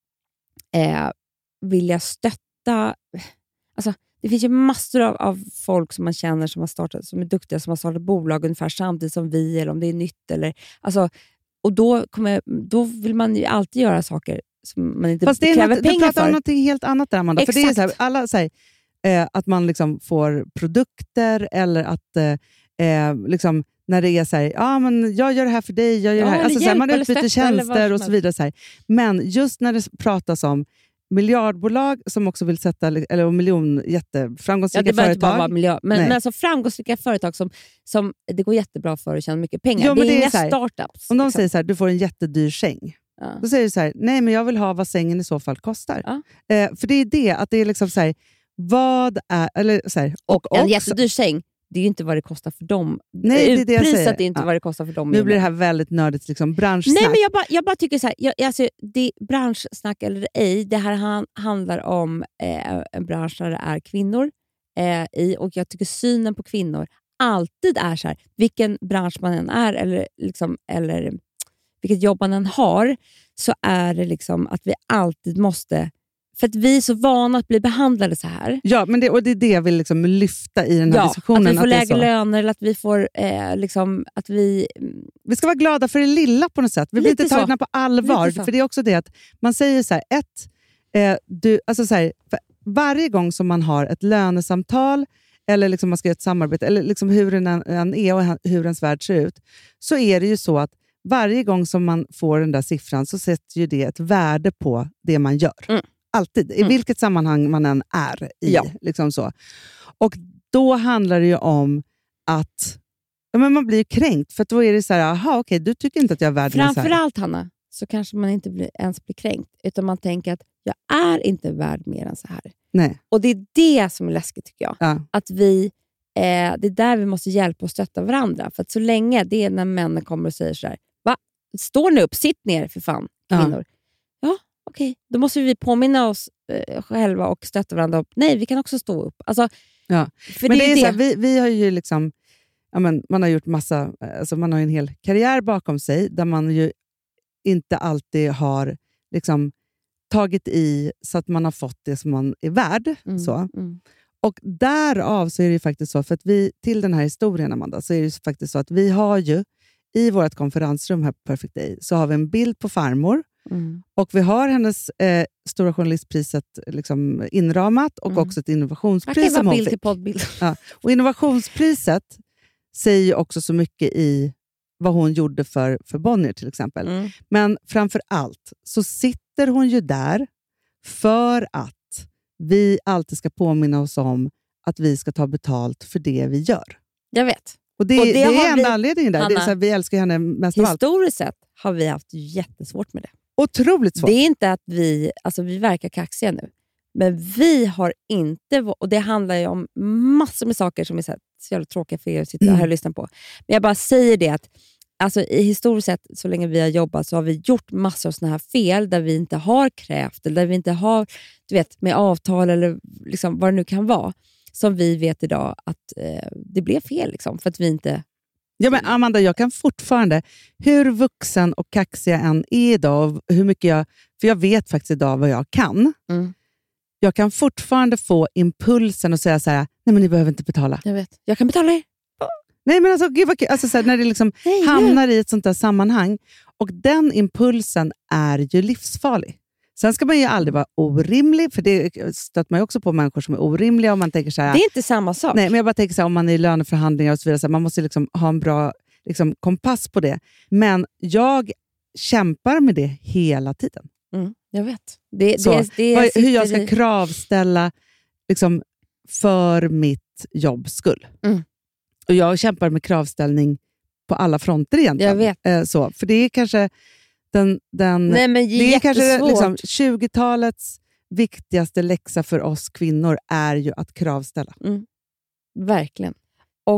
vilja stötta... Alltså, det finns ju massor av folk som man känner som är duktiga, som har startat bolag ungefär samtidigt som vi, eller om det är nytt. Eller, alltså, och då vill man ju alltid göra saker som man inte kräver pengar för. Du pratar om något helt annat där, Amanda. Exakt. För det är så här, alla säger att man liksom får produkter, eller att liksom, när det är så här, men jag gör det här för dig, jag gör det här. Alltså, så här, man utbyter tjänster och så vidare. Så här. Men just när det pratas om miljardbolag som också vill sätta, eller jätteframgångsrika företag. Men alltså framgångsrika företag som det går jättebra för att tjäna mycket pengar. Det är inga startups. Om de säger så här, du får en jättedyr säng. Då säger du så här, nej men jag vill ha vad sängen i så fall kostar. För det är det, att det är liksom så här, vad är... Eller så här, och en jättedyr säng, det är ju inte vad det kostar för dem. Nej, det är det jag säger. Priset är inte vad det kostar för dem. Nu blir det här väldigt nördigt liksom, branschsnack. Nej, men jag bara tycker så här, alltså, det branschsnack eller ej, det här handlar om en bransch där det är kvinnor i, och jag tycker synen på kvinnor alltid är så här, vilken bransch man än är eller vilket jobb man än har, så är det liksom att vi alltid måste... För att vi är så vana att bli behandlade så här. Ja, men det är det jag vill liksom lyfta i den här diskussionen. Att vi får lägre löner, eller att vi får... att vi ska vara glada för det lilla på något sätt. Vi blir inte tagna på allvar. För det är också det att man säger så här, varje gång som man har ett lönesamtal, eller liksom man ska göra ett samarbete, eller liksom hur den är och hur ens värld ser ut, så är det ju så att varje gång som man får den där siffran så sätter ju det ett värde på det man gör. Alltid, i vilket sammanhang man än är i. Ja. Liksom så. Och då handlar det ju om att man blir kränkt. För då är det så här, okej, du tycker inte att jag är värd. Framförallt, Hanna, så kanske man inte ens blir kränkt. Utan man tänker att jag är inte värd mer än så här. Nej. Och det är det som är läskigt, tycker jag. Ja. Att vi... det är där vi måste hjälpa och stötta varandra. För att så länge, det är när männen kommer och säger så här, va? Står ni upp, sitt ner för fan, kvinnor. Ja, okej. Då måste vi påminna oss själva och stötta varandra upp. Nej, vi kan också stå upp. Alltså, för men det är så här, vi har ju liksom, man har gjort massa, alltså man har en hel karriär bakom sig där man ju inte alltid har liksom tagit i så att man har fått det som man är värd. Så. Och därav så är det ju faktiskt så, för att vi till den här historien, Amanda, så är det ju faktiskt så att vi har ju i vårt konferensrum här på Perfect Day så har vi en bild på farmor och vi har hennes Stora journalistpriset liksom inramat och också ett innovationspris som hon fick. Ja. Och innovationspriset säger ju också så mycket i vad hon gjorde för Bonnier till exempel. Men framför allt så sitter hon ju där för att vi alltid ska påminna oss om att vi ska ta betalt för det vi gör. Jag vet. Och det är enda anledningen där. Hanna, det är så här, vi älskar henne mest av allt. Historiskt sett har vi haft jättesvårt med det. Otroligt svårt. Det är inte att vi verkar kaxiga nu. Men vi har inte... Och det handlar ju om massor med saker som är så jävla tråkiga för er att sitta här och lyssna på. Men jag bara säger det att alltså, i historiskt sett, så länge vi har jobbat så har vi gjort massor av såna här fel där vi inte har krävt eller där vi inte har, du vet, med avtal eller liksom vad det nu kan vara, som vi vet idag att det blev fel liksom, för att vi inte... Ja, men Amanda, jag kan fortfarande, hur vuxen och kaxig jag än är idag, hur mycket för jag vet faktiskt idag vad jag kan. Jag kan fortfarande få impulsen att säga så här: nej men ni behöver inte betala. Jag vet, jag kan betala er. Nej men alltså, gud vad kul. Alltså, så här, när det liksom hamnar i ett sånt där sammanhang. Och den impulsen är ju livsfarlig. Sen ska man ju aldrig vara orimlig, för det stöter man ju också på människor som är orimliga. Och man tänker så här, det är inte samma sak. Nej, men jag bara tänker så här, om man är i löneförhandlingar och så vidare, så här, man måste liksom ha en bra liksom, kompass på det. Men jag kämpar med det hela tiden. Jag vet. Hur jag ska kravställa liksom, för mitt jobbs skull. Och jag kämpar med kravställning på alla fronter egentligen. Jag vet. Så, för det är kanske Nej, men det är kanske liksom 20-talets viktigaste läxa för oss kvinnor är ju att kravställa. Verkligen. Och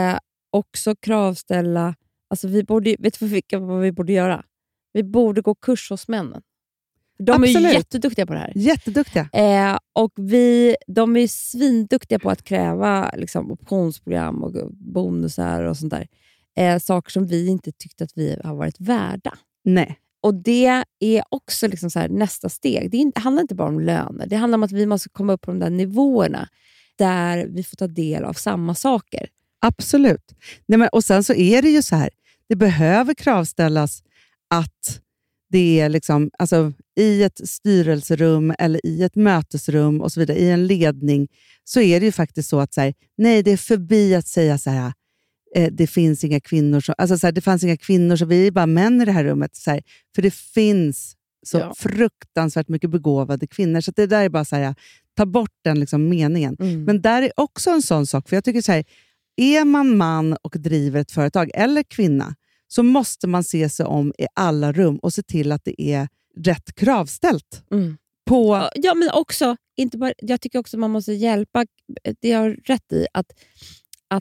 också kravställa, alltså vi borde, vet du vad vi borde göra? Vi borde gå kurs hos männen. De är ju jätteduktiga på det här. Jätteduktiga. Och de är svinduktiga på att kräva liksom, optionsprogram och bonusar och sånt där. Saker som vi inte tyckte att vi har varit värda. Nej. Och det är också liksom så här, nästa steg. Det handlar inte bara om löner. Det handlar om att vi måste komma upp på de där nivåerna där vi får ta del av samma saker. Absolut. Nej, men, och sen så är det ju så här. Det behöver kravställas att det är liksom, alltså, i ett styrelserum eller i ett mötesrum och så vidare, i en ledning, så är det ju faktiskt så att så här, nej, det är förbi att säga så här, det finns inga kvinnor som, alltså så här, det fanns inga kvinnor, så vi är bara män i det här rummet. Så här, för det finns så fruktansvärt mycket begåvade kvinnor. Så det där är bara så här, ta bort den liksom meningen. Men där är också en sån sak, för jag tycker så här, är man man och driver ett företag eller kvinna, så måste man se sig om i alla rum och se till att det är rätt kravställt. På... Ja, men också, inte bara, jag tycker också att man måste hjälpa, det har rätt i, att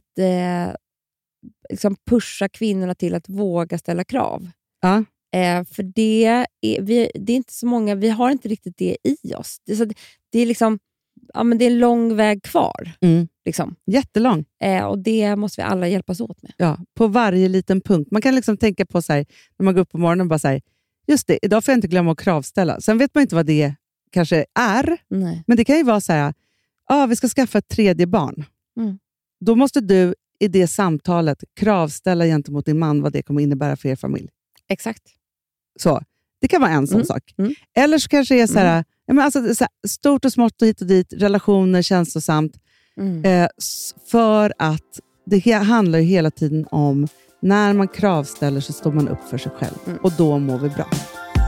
liksom pusha kvinnorna till att våga ställa krav. Ja. För det är inte så många, vi har inte riktigt det i oss. Det är liksom, ja, men det är en lång väg kvar. Liksom. Jättelång. Och det måste vi alla hjälpas åt med. Ja, på varje liten punkt. Man kan liksom tänka på så här, när man går upp på morgonen och bara så här, just det, idag får jag inte glömma att kravställa. Sen vet man inte vad det kanske är. Nej. Men det kan ju vara så här, vi ska skaffa ett 3:e barn. Då måste du i det samtalet kravställa gentemot din man vad det kommer innebära för er familj. Exakt. Så, det kan vara en sån sak. Eller så kanske det är så här, men alltså, så här, stort och smått och hit och dit, relationer, känslosamt. För att det handlar ju hela tiden om, när man kravställer så står man upp för sig själv. Och då mår vi bra.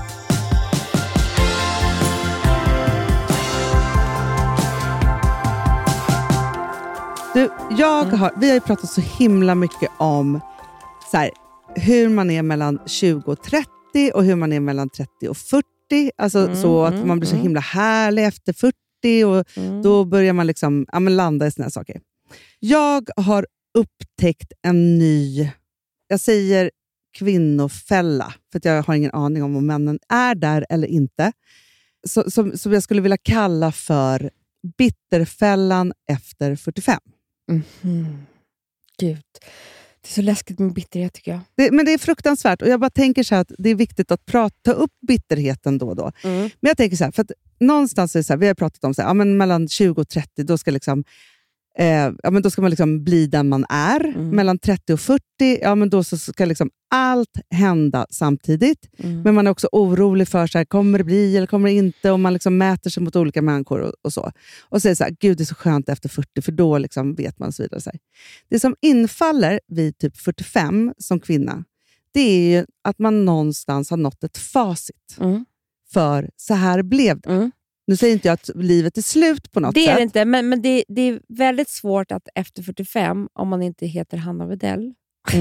Du, vi har ju pratat så himla mycket om så här, hur man är mellan 20 och 30 och hur man är mellan 30 och 40. Alltså så att man blir så himla härlig efter 40 och då börjar man liksom landa i såna här saker. Jag har upptäckt en ny, jag säger kvinnofälla, för att jag har ingen aning om männen är där eller inte. Som jag skulle vilja kalla för bitterfällan efter 45. Gud. Det är så läskigt med bitterhet tycker jag. Men det är fruktansvärt. Och jag bara tänker så här att det är viktigt att ta upp bitterheten då och då. Men jag tänker så här, för att någonstans är det så här, vi har pratat om så här, ja, men mellan 20 och 30, då ska liksom men då ska man liksom bli den man är. Mellan 30 och 40, ja, men då så ska liksom allt hända samtidigt. Men man är också orolig för så här, kommer det bli eller kommer det inte, och man liksom mäter sig mot olika människor och så. Och säger så här, gud det är så skönt efter 40, för då liksom vet man så vidare. Så här. Det som infaller vid typ 45 som kvinna, det är ju att man någonstans har nått ett facit. För så här blev det. Nu säger inte jag att livet är slut på något sätt. Det är det inte, men det är väldigt svårt att efter 45, om man inte heter Hanna Widell,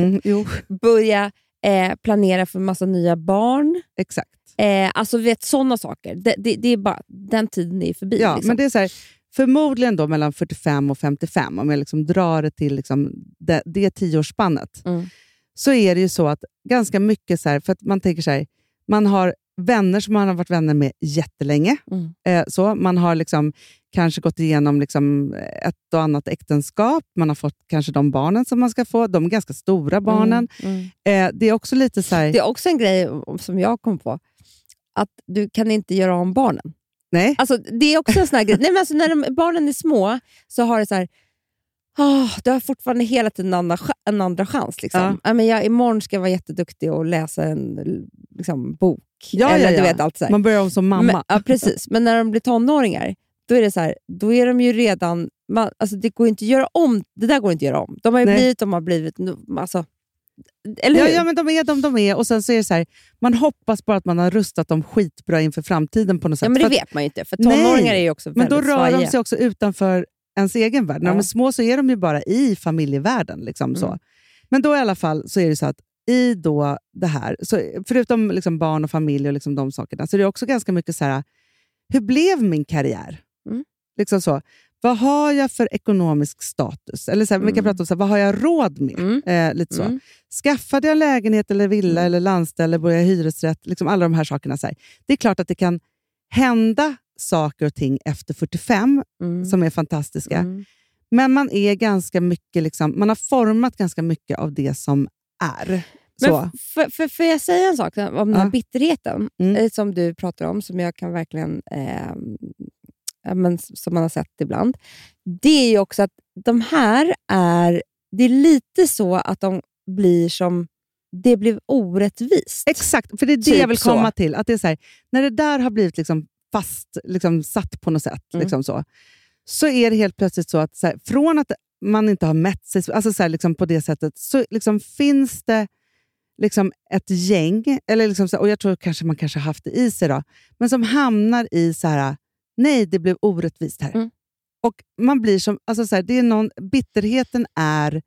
börja planera för en massa nya barn. Exakt. Alltså vet sådana saker. Det är bara, den tiden är förbi. Ja, liksom. Men det är så här, förmodligen då mellan 45 och 55, om jag liksom drar det till liksom det 10-årsspannet, så är det ju så att ganska mycket så här, för att man tänker så här, man har vänner som man har varit vänner med jättelänge. Så man har liksom kanske gått igenom liksom ett och annat äktenskap. Man har fått kanske de barnen som man ska få. De ganska stora barnen. Det är också lite så här... Det är också en grej som jag kom på. Att du kan inte göra om barnen. Nej. Alltså, det är också en sån här grej. Nej, men alltså, när barnen är små så har det så här... du har fortfarande hela tiden en andra chans. Liksom. Ja. Men imorgon ska jag vara jätteduktig och läsa en liksom, bok. Eller, du vet, allt så här. Man börjar om som mamma. Men, precis. Men när de blir tonåringar, då är det så här, då är de ju redan... alltså, det går inte att göra om. Det där går inte att göra om. De har blivit... Alltså, eller hur? Ja, men de är. Och sen så är det så här, man hoppas bara att man har rustat dem skitbra inför framtiden på något sätt. Ja, men det vet man ju inte. För tonåringar är ju också väldigt men då rör svajiga. de sig också utanför ens egen värld. När de är små så är de ju bara i familjevärlden. Liksom, så. Men då i alla fall så är det så att i då det här, så förutom liksom barn och familj och liksom de sakerna, så är det också ganska mycket så här, hur blev min karriär? Liksom så. Vad har jag för ekonomisk status? Eller så här, vi kan prata om så här, vad har jag råd med? Lite så. Skaffade jag lägenhet eller villa eller landställe eller började hyresrätt? Liksom alla de här sakerna. Så här. Det är klart att det kan hända saker och ting efter 45 som är fantastiska. Men man är ganska mycket, liksom, man har format ganska mycket av det som är. Så. Men får jag säga en sak om den här bitterheten som du pratar om, som jag kan verkligen som man har sett ibland. Det är ju också att de här det är lite så att de blir som det blev orättvist. Exakt, för det är det typ jag vill komma till. Att det är så här, när det där har blivit liksom fast liksom satt på något sätt, liksom så är det helt plötsligt så att så här, från att man inte har mätt sig alltså så här, liksom på det sättet, så liksom finns det liksom ett gäng, eller liksom så här, och jag tror kanske man kanske haft det i sig då, men som hamnar i så här, nej, det blev orättvist här. Och man blir som, alltså så här, det är bitterheten är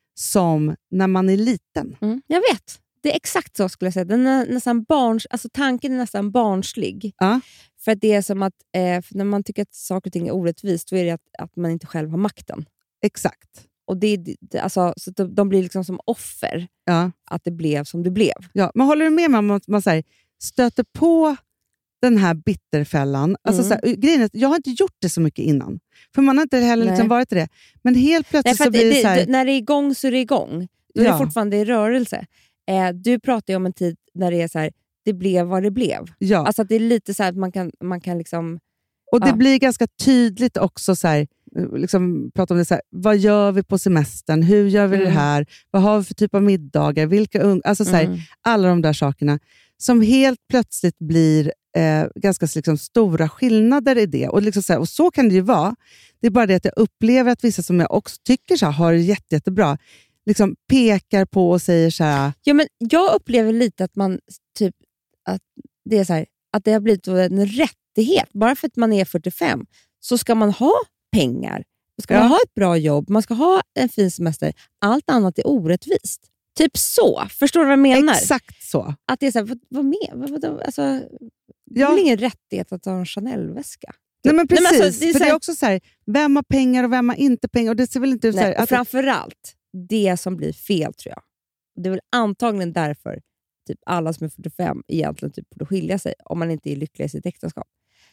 som när man är liten. Jag vet. Det är exakt så skulle jag säga. Den är nästan alltså tanken är nästan barnslig. För att det är som att när man tycker att saker och ting är orättvist, då är det att man inte själv har makten. Exakt. Och alltså, så de blir liksom som offer. Att det blev som det blev. Ja, men håller du med mig om att man här, stöter på den här bitterfällan? Alltså, så här, grejen är att jag har inte gjort det så mycket innan. För man har inte heller liksom varit i det. Men helt plötsligt så blir det så här... När det är igång så är det igång. Då är det fortfarande i rörelse. Du pratar ju om en tid när det är så här, det blev vad det blev. Ja. Alltså att det är lite så här att man kan liksom... Och det blir ganska tydligt också så här, liksom, prata om det så här, vad gör vi på semestern? Hur gör vi det här? Vad har vi för typ av middagar? Vilka alltså så här, alla de där sakerna som helt plötsligt blir ganska liksom, stora skillnader i det. Och, liksom så här, och så kan det ju vara. Det är bara det att jag upplever att vissa som jag också tycker så här, har det jättebra liksom pekar på och säger så här... Ja, men jag upplever lite att man typ att det är så här, att det har blivit en rättighet. Bara för att man är 45 så ska man ha pengar. Ska man ha ett bra jobb, man ska ha en fin semester. Allt annat är orättvist. Typ så. Förstår du vad jag menar? Exakt så. Att det är så här, vad med? Alltså, det är väl ingen rättighet att ha en Chanel-väska. Nej, men precis. Nej, men alltså, det är också så här, vem har pengar och vem har inte pengar? Och det ser väl inte ut så här, att framförallt det som blir fel, tror jag. Det är väl antagligen därför typ alla som är 45 egentligen typ borde skilja sig om man inte är lycklig i sitt äktenskap.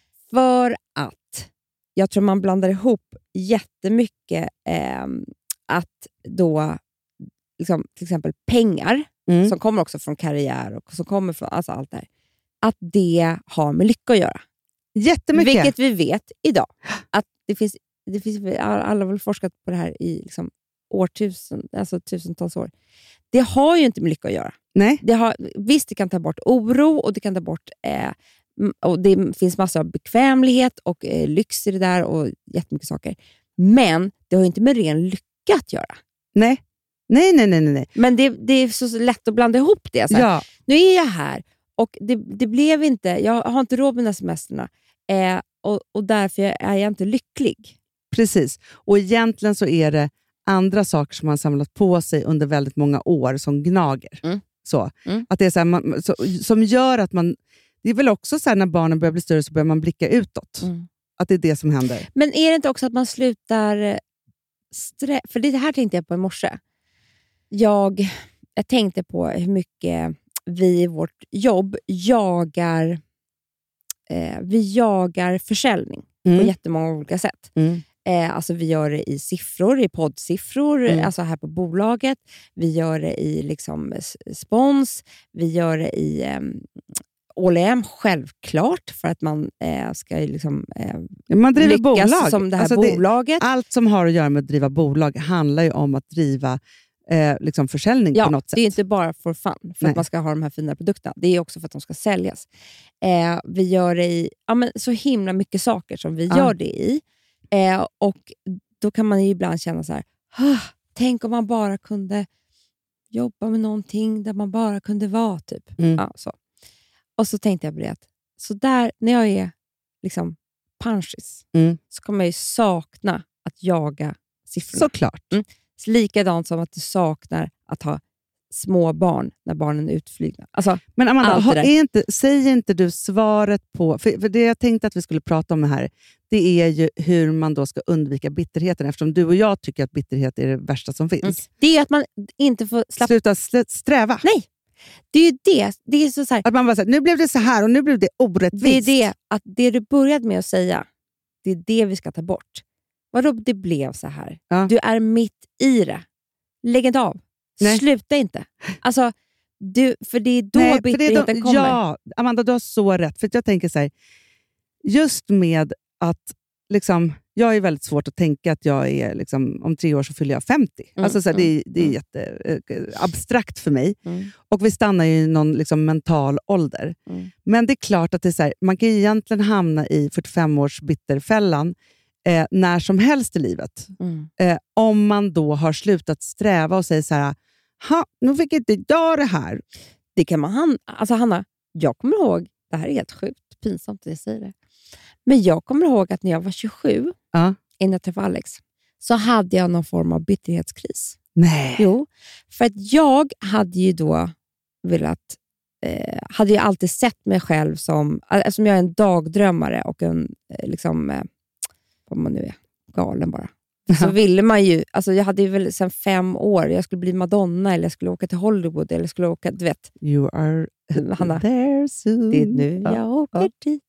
För att jag tror man blandar ihop jättemycket att då liksom, till exempel pengar, som kommer också från karriär och som kommer från alltså allt det här, att det har med lycka att göra. Jättemycket. Vilket vi vet idag. Att det finns alla har väl forskat på det här i liksom tusentals år. Det har ju inte med lycka att göra. Nej. Visst, det kan ta bort oro och det kan ta bort och det finns massor av bekvämlighet och lyx i det där och jättemycket saker. Men det har ju inte med ren lycka att göra. Nej. Men det är så lätt att blanda ihop det. Så här, nu är jag här och det blev inte, jag har inte råd med de här semesterna och därför är jag inte lycklig. Precis. Och egentligen så är det andra saker som man samlat på sig under väldigt många år som gnager. Så. Att det är så här, som gör att man... Det är väl också så här, när barnen börjar bli större så börjar man blicka utåt. Att det är det som händer. Men är det inte också att man slutar... För det här tänkte jag på i morse. Jag tänkte på hur mycket vi i vårt jobb jagar försäljning på jättemånga olika sätt. Alltså vi gör det i siffror, i poddsiffror, alltså här på bolaget. Vi gör det i liksom spons. Vi gör det i OLM, självklart, för att man ska liksom man driver lyckas bolag. Som det här alltså bolaget. Allt som har att göra med att driva bolag handlar ju om att driva liksom försäljning på något sätt. Det är inte bara for fun, för att man ska ha de här fina produkterna. Det är också för att de ska säljas. Vi gör det i så himla mycket saker som vi gör det i. Och då kan man ju ibland känna så här, tänk om man bara kunde jobba med någonting där man bara kunde vara typ. Så. Och så tänkte jag på det att så där, när jag är liksom punchis så kommer jag ju sakna att jaga siffrorna. Såklart. Så likadant som att du saknar att ha små barn när barnen är utflygna. Alltså, men Amanda, säger inte du svaret på... För det jag tänkte att vi skulle prata om här, det är ju hur man då ska undvika bitterheten. Eftersom du och jag tycker att bitterhet är det värsta som finns. Det är att man inte får sluta sträva. Nej, det är ju det. Det är så här, att man bara säger, nu blev det så här och nu blev det orättvist. Det är det, att det du började med att säga, det är det vi ska ta bort. Vadå det blev så här? Ja. Du är mitt i det. Lägg inte av. Nej. Sluta inte. Alltså, för det är då bitterheten kommer. Ja, Amanda, du har så rätt. För jag tänker så här, just med att liksom, jag är väldigt svårt att tänka att jag är liksom, om 3 år så fyller jag 50. Alltså, så här, det är jätteabstrakt för mig. Och vi stannar ju i någon liksom, mental ålder. Men det är klart att det är så här, man kan egentligen hamna i 45-års bitterfällan när som helst i livet. Om man då har slutat sträva och säger så här, nu fick inte jag det här. Det kan man, alltså Hanna, jag kommer ihåg, det här är helt sjukt, pinsamt att jag säger det. Men jag kommer ihåg att när jag var 27, innan jag träffade Alex, så hade jag någon form av bitterhetskris. Nej. Jo, för att jag hade ju då velat, hade ju alltid sett mig själv som jag är en dagdrömmare och en liksom, vad man nu är, galen bara. Så ville man ju, alltså jag hade ju väl sedan 5 år, jag skulle bli Madonna eller jag skulle åka till Hollywood eller jag skulle åka, du vet. You are Hanna, there soon. Det är nu jag åker dit.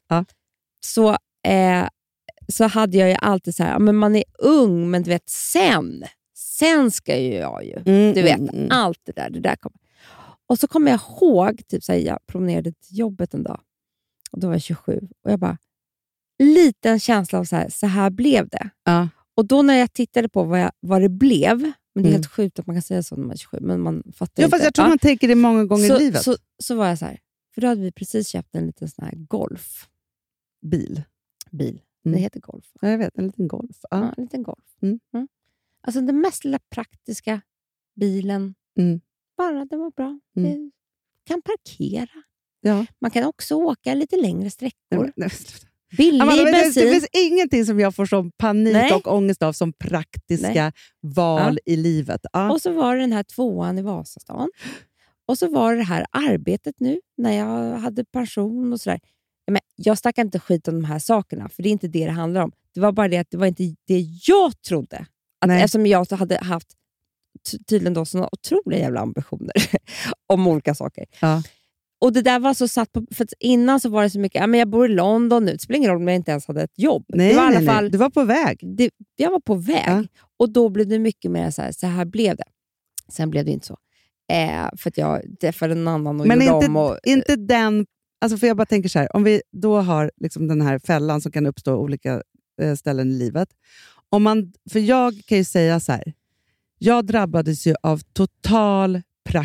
Så hade jag ju alltid så här, men man är ung, men du vet, sen ska ju jag ju, du vet, allt det där kommer. Och så kommer jag ihåg, typ så här, jag promenerade till jobbet en dag och då var jag 27 och jag bara, liten känsla av så här blev det. Och då när jag tittade på vad det blev, men det är helt sjukt att man kan säga så när man är 27, men man fattar inte. Fast jag tror man tänker det många gånger i livet. Så var jag så här, för då hade vi precis köpt en liten sån här golf. Bil. Det heter golf. Ja, jag vet, en liten golf. Ja, en liten golf. Alltså den mest lilla praktiska bilen. Bara, det var bra. Du kan parkera. Ja. Man kan också åka lite längre sträckor. Billig bensin. Det finns ingenting som jag får som panik och ångest av som praktiska val i livet. Och så var det den här 2:an i Vasastan. Och så var det här arbetet nu när jag hade pension och sådär. Men jag snackar inte skit om de här sakerna, för det är inte det handlar om. Det var bara det att det var inte det jag trodde. Eftersom jag hade haft tydligen då såna otroliga jävla ambitioner om olika saker. Ja. Och det där var så satt på, för innan så var det så mycket, men jag bor i London nu, det spelar ingen roll om jag inte ens hade ett jobb. Nej, det var i alla fall, du var på väg. Jag var på väg. Och då blev det mycket mer så här blev det. Sen blev det inte så. För att jag träffade en annan och men gjorde om. Och, inte den... Alltså för jag bara tänker så här, om vi då har liksom den här fällan som kan uppstå olika ställen i livet. För jag kan ju säga så här, jag drabbades ju av total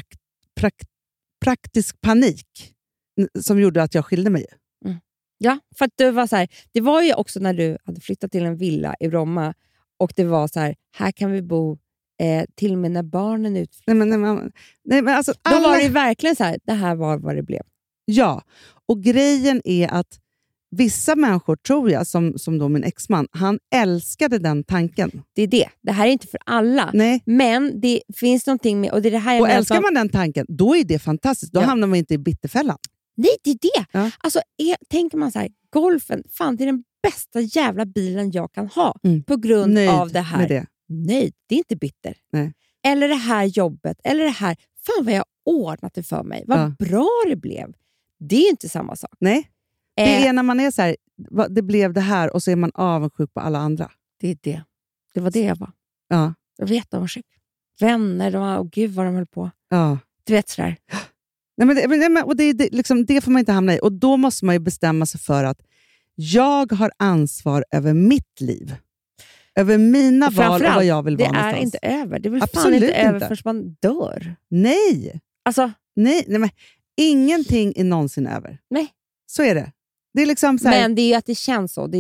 praktisk panik som gjorde att jag skilde mig. Mm. Ja, för att det var så här, det var ju också när du hade flyttat till en villa i Bromma och det var så här kan vi bo till och med när barnen utflyttade. Nej, men alltså, då var det verkligen så här, det här var vad det blev. Ja, och grejen är att vissa människor, tror jag, som då min exman, han älskade den tanken. Det är det. Det här är inte för alla. Nej. Men det finns någonting med... Och det är det här och älskar man den tanken, då är det fantastiskt. Då hamnar man inte i bitterfällan. Nej, det är det. Ja. Alltså, tänker man så här, golfen, fan, det är den bästa jävla bilen jag kan ha. På grund av det här. Det. Nej, det är inte bitter. Nej. Eller det här jobbet. Eller det här, fan vad jag ordnat det för mig. Vad bra det blev. Det är inte samma sak. Nej. Det är när man är så här, det blev det här och så är man avundsjuk på alla andra. Det är det. Det var det jag var. Ja. Jag vet avundsjuk. Vänner, och gud vad de höll på. Ja. Du vet sådär. Nej, men, och det får man inte hamna i. Och då måste man ju bestämma sig för att jag har ansvar över mitt liv. Över mina val och vad jag vill vara någonstans. Det är inte över. Det är väl absolut fan inte inte över förrän man dör. Nej. Alltså. Nej, men ingenting är någonsin över. Nej. Så är det. Det är liksom så här, men det är ju att det känns så. Det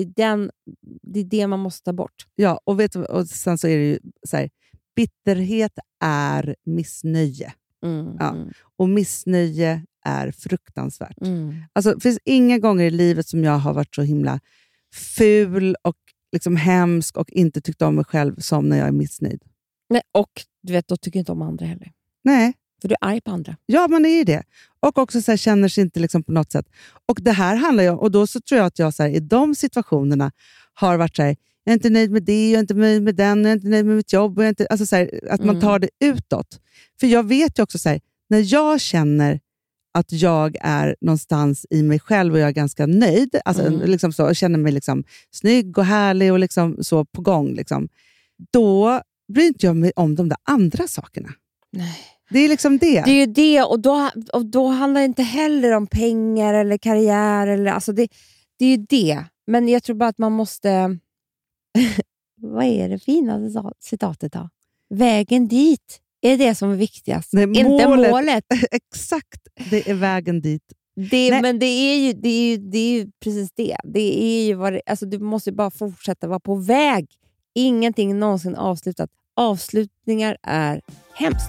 är det man måste ta bort. Ja, och sen så är det ju så här, bitterhet är missnöje. Ja. Och missnöje är fruktansvärt. Alltså, det finns inga gånger i livet som jag har varit så himla ful och liksom hemsk och inte tyckt om mig själv som när jag är missnöjd. Nej, och du vet, då tycker jag inte om andra heller. Nej. För du är arg på andra. Ja, man är ju det. Och också så här, känner sig inte liksom på något sätt. Och det här handlar ju om, och då så tror jag att jag så här, i de situationerna har varit så här, jag är inte nöjd med det, jag är inte nöjd med den, jag är inte nöjd med mitt jobb. Och jag är inte, alltså så här, att man tar det utåt. För jag vet ju också så här, när jag känner att jag är någonstans i mig själv och jag är ganska nöjd, alltså liksom så, och känner mig liksom snygg och härlig och liksom så på gång, liksom, då bryr inte jag mig om de där andra sakerna. Nej. Det är liksom det. Det är ju det, och då handlar det inte heller om pengar eller karriär. Eller, alltså det är ju det. Men jag tror bara att man måste... Vad är det fina citatet då? Vägen dit är det som är viktigast. Nej, inte målet. Exakt, det är vägen dit. Men det är ju precis det. Det är ju vad det, alltså du måste bara fortsätta vara på väg. Ingenting någonsin avslutat. Avslutningar är hemskt.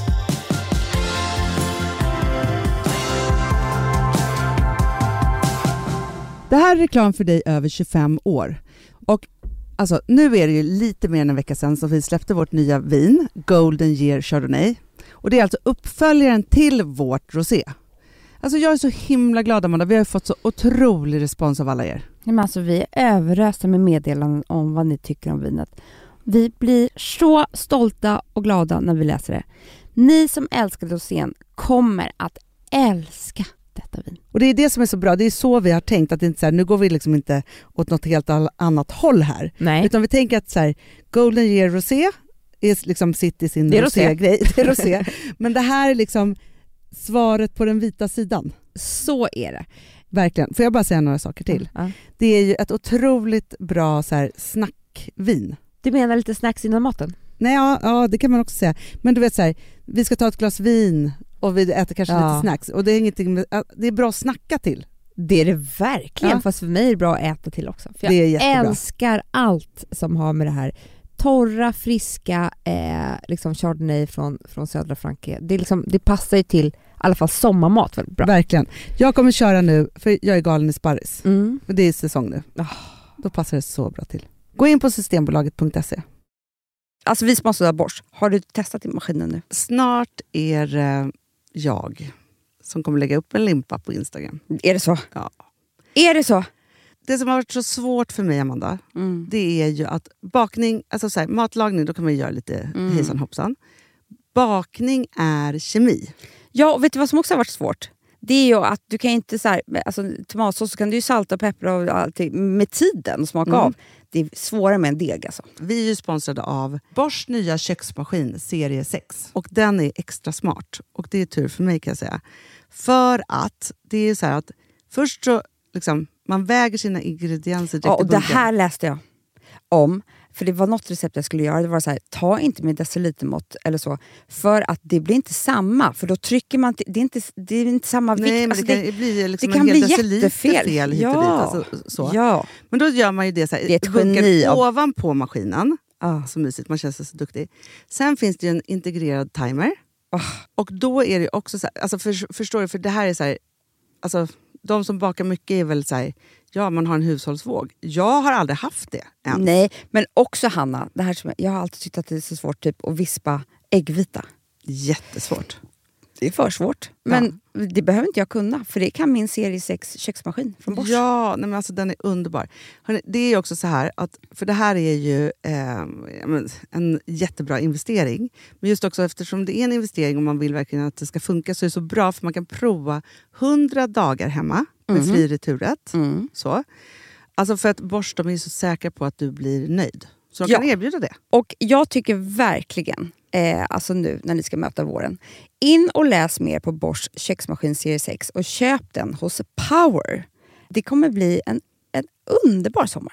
Det här är reklam för dig över 25 år. Och alltså, nu är det ju lite mer än en vecka sedan som vi släppte vårt nya vin, Golden Year Chardonnay. Och det är alltså uppföljaren till vårt rosé. Alltså jag är så himla glad, Amanda. Vi har fått så otrolig respons av alla er. Men alltså, vi är överösta med meddelanden om vad ni tycker om vinet. Vi blir så stolta och glada när vi läser det. Ni som älskar rosén kommer att älska detta vin. Och det är det som är så bra. Det är så vi har tänkt att det inte så här, nu går vi liksom inte åt något helt annat håll här. Nej. Utan vi tänker att så här, Golden Year Rosé är liksom sitt i sin rosé-grej. Det är rosé. Men det här är liksom svaret på den vita sidan. Så är det. Verkligen. Får jag bara säga några saker till? Det är ju ett otroligt bra så här, snackvin. Du menar lite snacks innan maten? Nej, ja, det kan man också säga. Men du vet så här, vi ska ta ett glas vin och vi äter kanske lite snacks. Och det är ingenting med, det är bra att snacka till. Det är det verkligen, fast för mig är det bra att äta till också. För jag älskar allt som har med det här torra, friska liksom chardonnay från södra Frankrike. Det, liksom, det passar ju till i alla fall sommarmat väldigt bra. Verkligen. Jag kommer köra nu, för jag är galen i sparris. Och det är säsong nu. Då passar det så bra till. Gå in på systembolaget.se. Alltså vi måste ha borst. Har du testat i maskinen nu? Snart är jag som kommer lägga upp en limpa på Instagram. Är det så? Ja. Är det så? Det som har varit så svårt för mig, Amanda, det är ju att bakning, alltså så här, matlagning, då kan man göra lite hejsan hoppsan. Bakning är kemi. Ja, och vet du vad som också har varit svårt? Det är ju att du kan inte så här, alltså tomatsås så kan du ju salta och peppra och allting med tiden och smaka av. det är svårare med en deg alltså. Vi är ju sponsrade av Bosch nya köksmaskin serie 6. Och den är extra smart. Och det är tur för mig kan jag säga. För att det är så här att först så liksom, man väger sina ingredienser direkt i bunken. Och det här läste jag om. För det var något recept jag skulle göra. Det var så här, ta inte med decilitermått eller så. För att det blir inte samma. För då trycker man... Det är inte samma vikt. Nej, men alltså det blir liksom det kan en hel bli deciliter jättefel. Fel alltså, så. Ja. Men då gör man ju det så här. Det är ett geni ovanpå maskinen. Så mysigt, man känns så duktig. Sen finns det ju en integrerad timer. Och då är det också så här, alltså förstår du, för det här är så här, alltså de som bakar mycket är väl så här, ja man har en hushållsvåg. Jag har aldrig haft det än. Nej, men också Hanna, det här som jag har alltid tyckt att det är så svårt typ att vispa äggvita. Jättesvårt. Det är för svårt. Men det behöver inte jag kunna. För det kan min serie 6 köksmaskin från Bosch. Ja, nej men alltså den är underbar. Hörrni, det är också så här, att, för det här är ju en jättebra investering. Men just också eftersom det är en investering och man vill verkligen att det ska funka så är det så bra. För man kan prova 100 dagar hemma med fri returrätt. Så. Alltså för att Bosch, de är så säkra på att du blir nöjd. Så de kan erbjuda det. Och jag tycker verkligen, alltså nu när ni ska möta våren, in och läs mer på Bosch köksmaskin serie 6 och köp den hos Power. Det kommer bli en underbar sommar.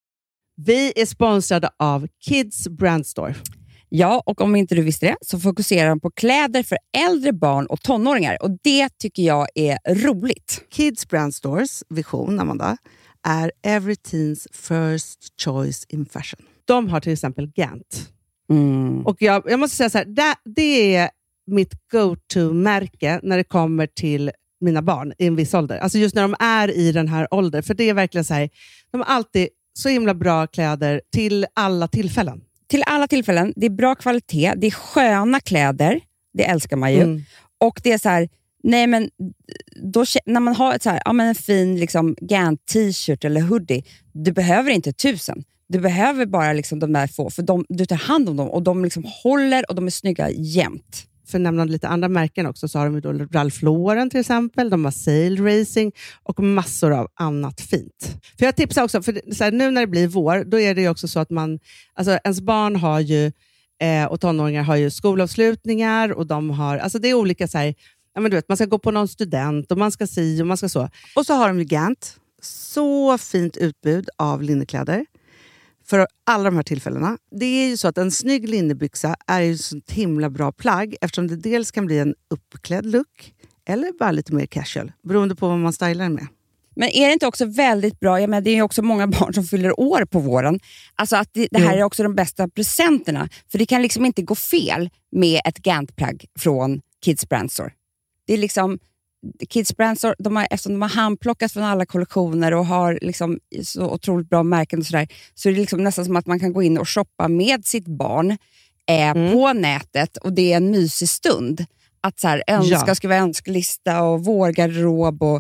Vi är sponsrade av Kids Brand Store. Ja, och om inte du visste det så fokuserar de på kläder för äldre barn och tonåringar. Och det tycker jag är roligt. Kids Brand Stores vision, Amanda, är every teens first choice in fashion. De har till exempel Gant. Och jag måste säga så här, det är mitt go-to-märke när det kommer till mina barn i en viss ålder. Alltså just när de är i den här åldern. För det är verkligen så här, de har alltid så himla bra kläder till alla tillfällen. Till alla tillfällen. Det är bra kvalitet. Det är sköna kläder. Det älskar man ju. Och det är så här, nej men då, när man har ett så här, ja, men en fin liksom, Gant t-shirt eller hoodie, du behöver inte 1000. Du behöver bara liksom de där få, för du tar hand om dem och de liksom håller och de är snygga jämt. För att nämna lite andra märken också så har de ju då Ralph Lauren till exempel, de har Sail Racing och massor av annat fint. För jag tipsar också, för så här, nu när det blir vår, då är det ju också så att man, alltså ens barn har ju, och tonåringar har ju skolavslutningar och de har, alltså det är olika så här, ja men du vet, man ska gå på någon student och man ska si och man ska så. Och så har de ju Gant, så fint utbud av linnekläder. För alla de här tillfällena. Det är ju så att en snygg linnebyxa är ju så himla bra plagg eftersom det dels kan bli en uppklädd look eller bara lite mer casual beroende på vad man stylar med. Men är det inte också väldigt bra, jag menar, det är ju också många barn som fyller år på våren. Alltså att det här är också de bästa presenterna. För det kan liksom inte gå fel med ett Gant-plagg från Kids Brand Store. Det är liksom... Kids Brand Store, eftersom de har handplockat från alla kollektioner och har liksom så otroligt bra märken och sådär, så är det liksom nästan som att man kan gå in och shoppa med sitt barn på nätet och det är en mysig stund. Att så här, skriva önskelista och vårgarderob och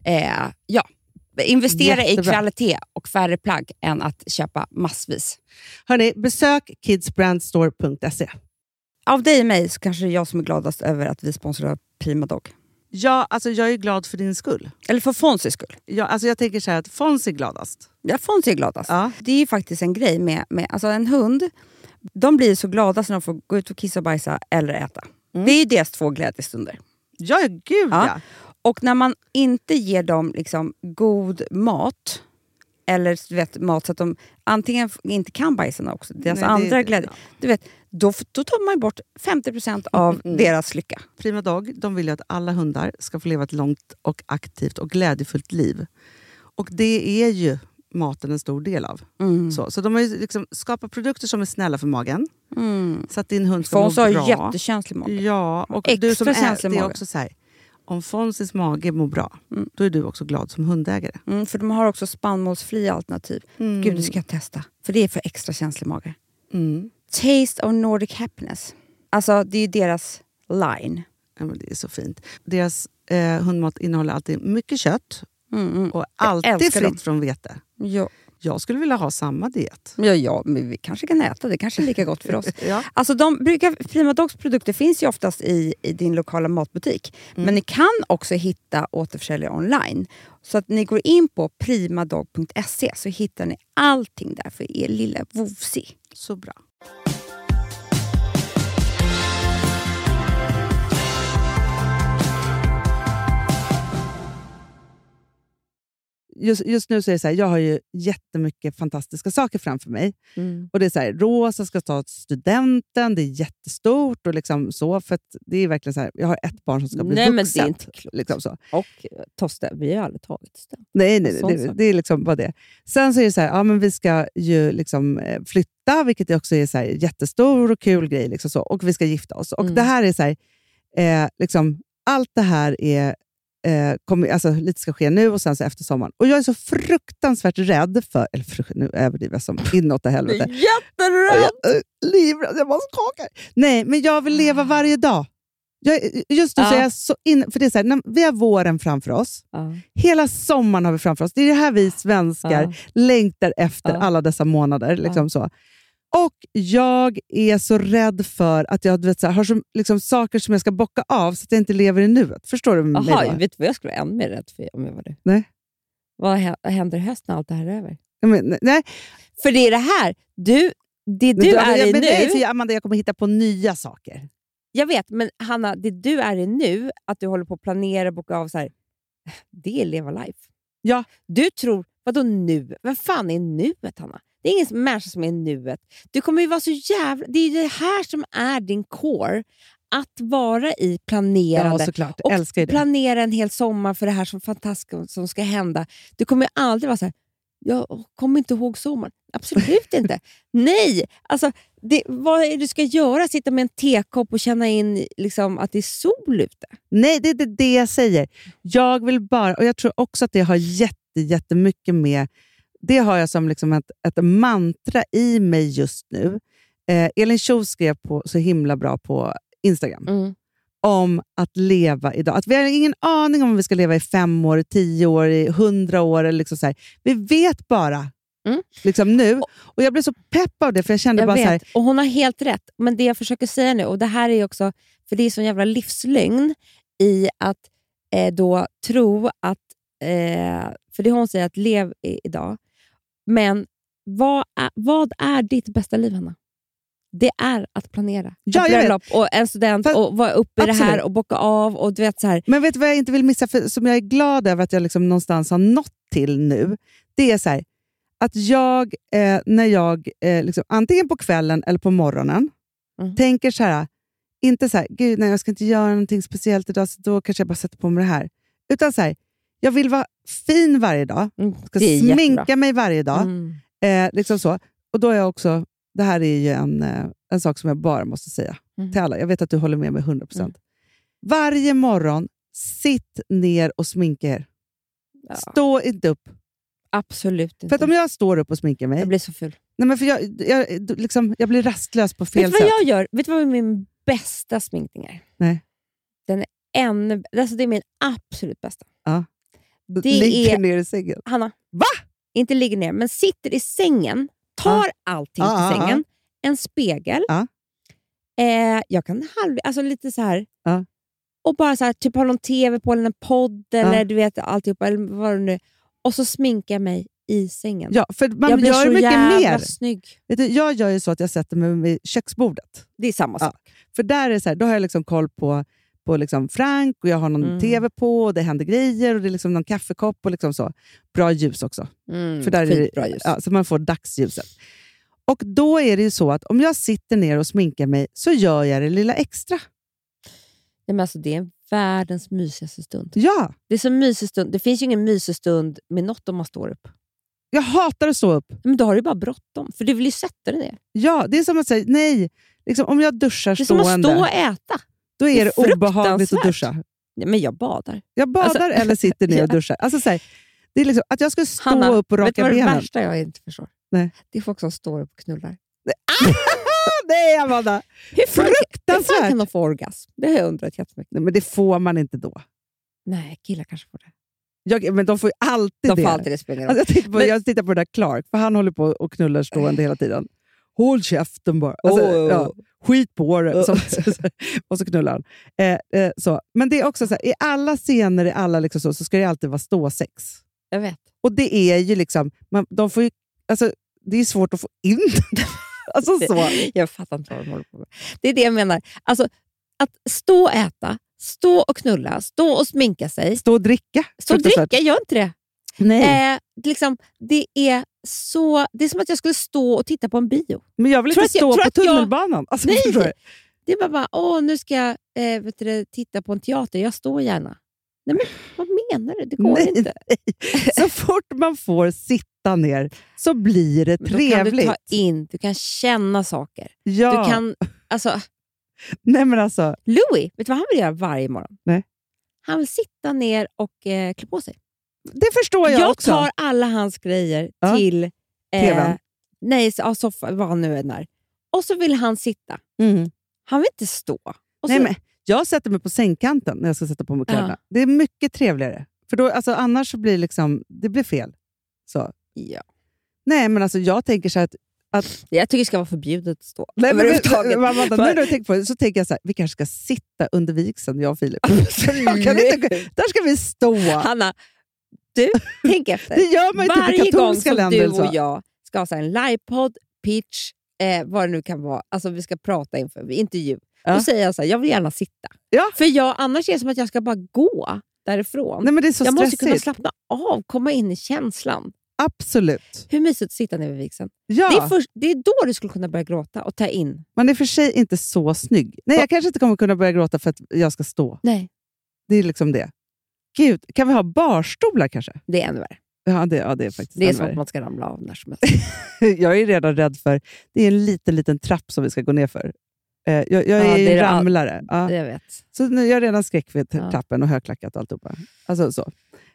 investera i kvalitet och färre plagg än att köpa massvis. Hörrni, besök kidsbrandstore.se. Av dig och mig så kanske det är jag som är gladast över att vi sponsrar Prima Dog. Ja, alltså jag är glad för din skull. Eller för Fonzys skull. Ja, alltså jag tänker så här att Fonzie är gladast. Ja, Fonzie är gladast. Ja. Det är ju faktiskt en grej med alltså en hund. De blir så glada när de får gå ut och kissa och bajsa eller äta. Det är ju deras 2 glädjestunder. Ja, gud ja. Och när man inte ger dem liksom god mat, eller du vet, mat så att de antingen inte kan bajsa också. Deras andra glädje. Du vet, då tar man bort 50% av deras lycka. Prima Dog, de vill ju att alla hundar ska få leva ett långt och aktivt och glädjefullt liv. Och det är ju maten en stor del av. Så de har ju liksom skapat produkter som är snälla för magen. Så att din hund ska må bra. Fons har jättekänslig mage. Ja, och du som är, det är också så här, om Fonzys mage mår bra, då är du också glad som hundägare. För de har också spannmålsfria alternativ. Gud, det ska jag testa. För det är för extra känslig mage. Taste of Nordic Happiness. Alltså, det är ju deras line. Ja, men det är så fint. Deras hundmat innehåller alltid mycket kött. Och alltid fritt från vete. Ja. Jag skulle vilja ha samma diet. Ja, men vi kanske kan äta. Det kanske är lika gott för oss. Ja. Alltså Prima Dogs produkter finns ju oftast i din lokala matbutik. Men ni kan också hitta återförsäljare online. Så att ni går in på primadog.se så hittar ni allting där för er lilla vovsi. Så bra. Just nu så är det så här, jag har ju jättemycket fantastiska saker framför mig. Och det är så här, Rosa ska ta studenten, det är jättestort och liksom så, för att det är verkligen så här, jag har ett barn som ska bli vuxen. Men det är inte klokt. Liksom så. Och Toste, vi har aldrig tagit student. Nej, det är liksom bara det. Sen så är det så här, ja men vi ska ju liksom flytta, vilket också är så här jättestor och kul grej liksom så, och vi ska gifta oss. Och det här är så här, liksom allt det här är alltså, lite ska ske nu och sen så efter sommaren. Och jag är så fruktansvärt rädd för... Eller nu överdriver jag som inåt i helvete. Jätterädd! Livrädd, jag bara skakar. Nej, men jag vill leva varje dag. Just nu så är jag så för det är så här, vi har våren framför oss. Hela sommaren har vi framför oss. Det är det här vi svenskar längtar efter alla dessa månader. Liksom så. Och jag är så rädd för att jag har så, liksom, saker som jag ska bocka av så att jag inte lever i nuet. Förstår du mig? Jaha, vet du vad jag skulle vara ännu mer rädd för om jag var du? Nej. Vad händer i höst när allt det här är över? Nej. För det är det här. Det du är i nu... Nej, för Amanda, jag kommer hitta på nya saker. Jag vet, men Hanna, det du är i nu, att du håller på att planera och bocka av så här, det är leva life. Ja. Du tror, vadå nu? Vem fan är nuet, Hanna? Det är ingen människa som är nuet. Du kommer ju vara så jävla... Det är det här som är din core. Att vara i planerande. Ja, såklart. Jag älskar det. Planera en hel sommar för det här som fantastiskt som ska hända. Du kommer ju aldrig vara så här, jag kommer inte ihåg sommaren. Absolut inte. Nej! Alltså, vad är det du ska göra? Sitta med en tekopp och känna in liksom, att det är sol ute? Nej, det är det jag säger. Jag vill bara... Och jag tror också att det har jättemycket med... Det har jag som liksom ett mantra i mig just nu. Elin Cho skrev så himla bra på Instagram om att leva idag. Att vi har ingen aning om vi ska leva i 5 år, 10 år, i 100 år. Eller liksom så här. Vi vet bara liksom nu. Och jag blev så pepp av det, för jag kände bara så här. Och hon har helt rätt. Men det jag försöker säga nu, och det här är också, för det är sån jävla livslögn i att då tro att, för det hon säger att lev idag. Men vad är ditt bästa liv, Hanna? Det är att planera. Ja, ett bröllop och en student och vara uppe i det här och bocka av. Och du vet, så här. Men vet du vad jag inte vill missa, som jag är glad över att jag liksom någonstans har nått till nu? Det är så här, att jag, när jag liksom, antingen på kvällen eller på morgonen tänker så här, inte så här, gud nej, jag ska inte göra någonting speciellt idag, så då kanske jag bara sätter på mig det här. Utan så här, jag vill vara fin varje dag. Ska sminka mig varje dag. Liksom så. Och då är jag också... Det här är ju en sak som jag bara måste säga till alla. Jag vet att du håller med mig 100%. Varje morgon, sitt ner och sminka er. Ja. Stå inte upp. Absolut inte. För att om jag står upp och sminkar mig... Jag blir så full. Nej, men för jag blir rastlös på fel sätt. Vet du vad jag gör? Vet du vad min bästa sminkning är? Nej. Den är det är min absolut bästa. Ja. Ligger ner i sängen. Hanna. Va? Inte ligger ner, men sitter i sängen. Tar allting till sängen. En spegel. Jag kan alltså lite så här. Och bara så här, typ ha någon tv på eller en podd eller du vet alltihop eller vad det nu är. Och så sminkar jag mig i sängen. Ja, för man jag blir gör så mycket mer. Snygg. Vet du, jag gör ju så att jag sätter mig vid köksbordet. Det är samma sak. För där är så här, då har jag liksom koll på liksom Frank och jag har någon tv på och det händer grejer och det är liksom någon kaffekopp och liksom så. Bra ljus också. För där är det, bra ljus. Ja, så man får dagsljuset. Och då är det ju så att om jag sitter ner och sminkar mig så gör jag det lilla extra. Nej, men alltså, det är världens mysigaste stund. Ja. Det är så mysig stund. Det finns ju ingen mysig stund med något om man står upp. Jag hatar att stå upp. Men då har du bara bråttom. För du vill ju sätta dig ner. Ja, det är som att säga nej. Liksom, om jag duschar stående. Det är som att stå och äta. Då är det obehagligt att duscha. Nej, men jag badar. Jag badar eller sitter ner och duschar. Alltså, så här, det är liksom, att jag ska stå Hanna, upp och raka benen. Vet du vad det värsta jag inte förstår? Nej. Det är folk som står upp och knullar. Nej, Amanda. Hur fruktansvärt. Kan de få orgasm? Det har jag undrat jättemycket. Nej, men det får man inte då. Nej, killar kanske får det. Men de får ju alltid det. Alltid det spelar alltså, jag tittar på den där Clark, för han håller på och knullar stående hela tiden. Håll käften bara. Alltså, skit på det. Och så knullar han. Så. Men det är också så här, i alla scener, i alla liksom så ska det alltid vara ståsex. Jag vet. Och det är ju liksom, de får ju, alltså, det är svårt att få in det. Alltså så. Jag fattar inte vad de håller på med. Det är det jag menar. Alltså, att stå och äta, stå och knulla, stå och sminka sig. Stå och dricka. Gör inte det. Nej. Liksom, det är som att jag skulle stå och titta på en bio. Men jag vill inte stå på tunnelbanan. Alltså, nej, det är bara nu ska jag titta på en teater. Jag står gärna. Nej, men vad menar du? Det går inte. Nej. Så fort man får sitta ner så blir det trevligt. Då kan du ta in, du kan känna saker. Ja. Du kan, alltså... Nej, men alltså... Louis, vet du vad han vill göra varje morgon? Nej. Han vill sitta ner och klä på sig. Det förstår jag också. Jag tar alla hans grejer till TV:n. Soffa, vad han nu är där. Och så vill han sitta. Mm. Han vill inte stå. Nej, men jag sätter mig på sängkanten när jag ska sätta på mig kläderna. Ja. Det är mycket trevligare. För då, alltså, annars så blir det blir fel. Så. Ja. Nej, men alltså jag tänker så här att jag tycker det ska vara förbjudet att stå. Nej, men när du tänker på det så tänker jag så här, vi kanske ska sitta under vigseln, jag och Filip. Där ska vi stå. Hanna, du, tänk efter. Det gör man ju varje typ i katolska länder. Varje gång som du och jag ska ha så här en livepodd, pitch, vad det nu kan vara. Alltså vi ska prata inför intervju. Ja. Då säger jag så här, jag vill gärna sitta. Ja. För annars är det som att jag ska bara gå därifrån. Nej, men det är så jag stressigt. Måste kunna slappna av, komma in i känslan. Absolut. Hur mysigt att sitta ner vid vigseln. Ja. Det är då du skulle kunna börja gråta och ta in. Man är för sig inte så snygg. Nej, jag kanske inte kommer kunna börja gråta för att jag ska stå. Nej. Det är liksom det. Gud, kan vi ha barstolar kanske? Det är ännu värre. Ja, det är faktiskt det är så att man ska ramla av när som helst. Jag är redan rädd för... Det är en liten trapp som vi ska gå ner för. Jag är ju ramlare. Ja. Jag vet. Så nu, jag är redan skräck för trappen och högklackat och alltihopa. Alltså så.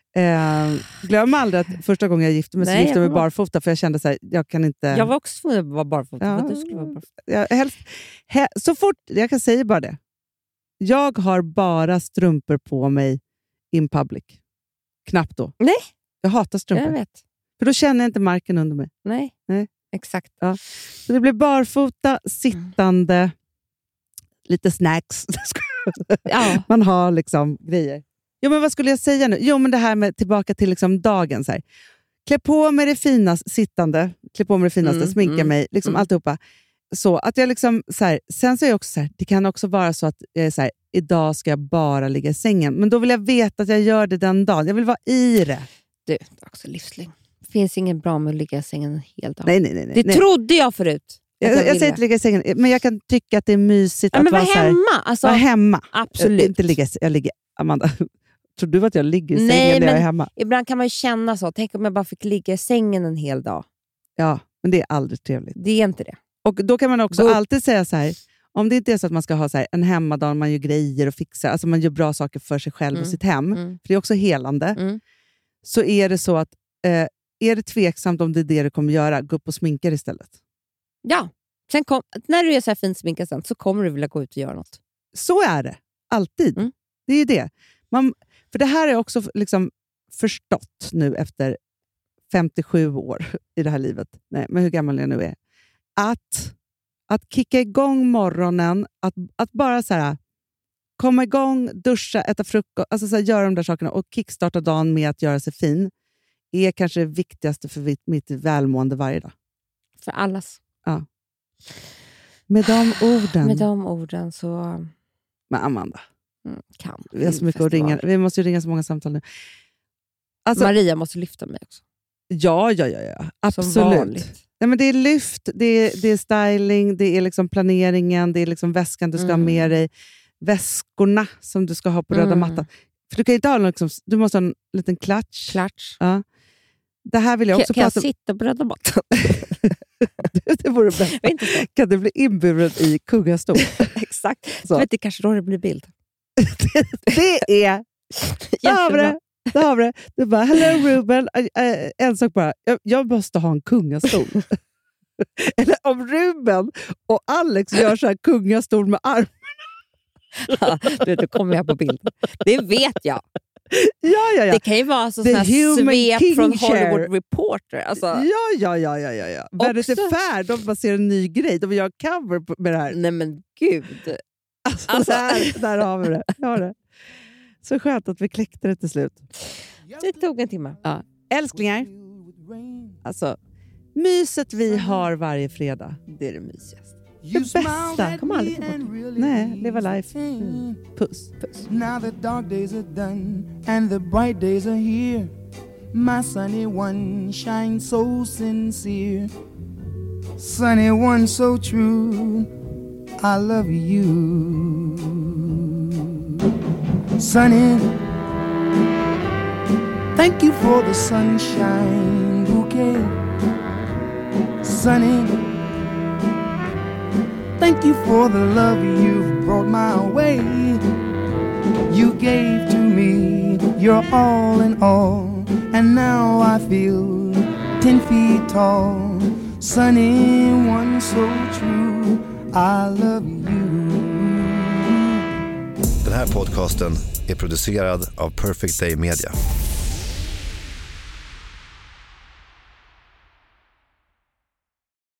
Glöm aldrig att första gången jag gifte mig så gifte jag mig barfota, för jag kände så här, jag kan inte... Jag var också tvungen att vara barfota för att du skulle vara barfota. Så fort, jag kan säga bara det. Jag har bara strumpor på mig in public. Knappt då. Nej. Jag hatar strumpor. Jag vet. För då känner jag inte marken under mig. Nej. Exakt. Ja. Så det blir barfota, sittande, lite snacks. Ja. Man har liksom grejer. Jo, men vad skulle jag säga nu? Jo, men det här med tillbaka till liksom dagen. Så här. Klä på mig det finaste, sittande. Klä på mig det finaste, sminka mig. Liksom alltihopa. Så att jag liksom, så här, sen så är jag också så här, det kan också vara så att jag är så här, idag ska jag bara ligga i sängen. Men då vill jag veta att jag gör det den dagen. Jag vill vara i det. Du, det är också livslängd. Det finns ingen bra med att ligga i sängen en hel dag. Nej. Det trodde jag förut. Jag säger inte ligga i sängen, men jag kan tycka att det är mysigt att vara hemma. Alltså, vara hemma. Absolut. Inte ligga, jag ligger, Amanda, tror du att jag ligger i sängen när jag är hemma? Ibland kan man ju känna så. Tänk om jag bara fick ligga i sängen en hel dag. Ja, men det är aldrig trevligt. Det är inte det. Och då kan man också alltid säga så här, om det inte är så att man ska ha så här, en hemmadag, man gör grejer och fixar, alltså man gör bra saker för sig själv och sitt hem, för det är också helande, så är det så att är det tveksamt om det är det du kommer göra, gå upp och sminka dig istället. Ja, sen när du är så här fint sminkad sen, så kommer du vilja gå ut och göra något. Så är det, alltid. Det är ju det. För det här är också liksom förstått nu efter 57 år i det här livet, nej, men hur gammal jag nu är, att kicka igång morgonen, att bara så här, komma igång, duscha, äta frukost, alltså så här, göra de där sakerna och kickstarta dagen med att göra sig fin är kanske det viktigaste för mitt välmående varje dag. För allas. Ja. Med de orden så... Men Amanda, vi har så mycket att ringa. Vi måste ju ringa så många samtal nu. Alltså, Maria måste lyfta mig också. Ja. Absolut. Nej, men det är lyft, det är styling, det är liksom planeringen, det är liksom väskan du ska ha med dig, väskorna som du ska ha på röda mattan. För du kan inte ha liksom, du måste ha en liten klatsch. Ja. Det här vill jag också kan jag sitta på röda mattan? Det vore bäst. Kan du bli inburen i kungastol? Exakt. Så. Vet du, kanske då det blir bild. Det är... Det har vi det. Du bara, hello Ruben. En sak bara, jag måste ha en kungastol. Eller om Ruben och Alex gör så här kungastol med armarna. Ja, då kommer jag på bild. Det vet jag. Ja. Det kan ju vara alltså sån här svep från Hollywood Reporter. Alltså. Ja. Vanity Fair, de bara ser en ny grej. De vill göra cover med det här. Nej men gud. Alltså. Där har vi det. Så skönt att vi kläckte det till slut. Det tog en timme. Ja. Älsklingar. Alltså, myset vi har varje fredag. Det är det mysigaste. Det bästa. Kom aldrig bort. Nej, leva life. Puss. Now the dark days are done and the bright days are here. My sunny one shines so sincere. Sunny one so true. I love you. Sunny, thank you for the sunshine bouquet. Sunny, thank you for the love you've brought my way. You gave to me your all in all, and now I feel 10 feet tall. Sunny one so true, I love you. Den här podcasten är producerad av Perfect Day Media.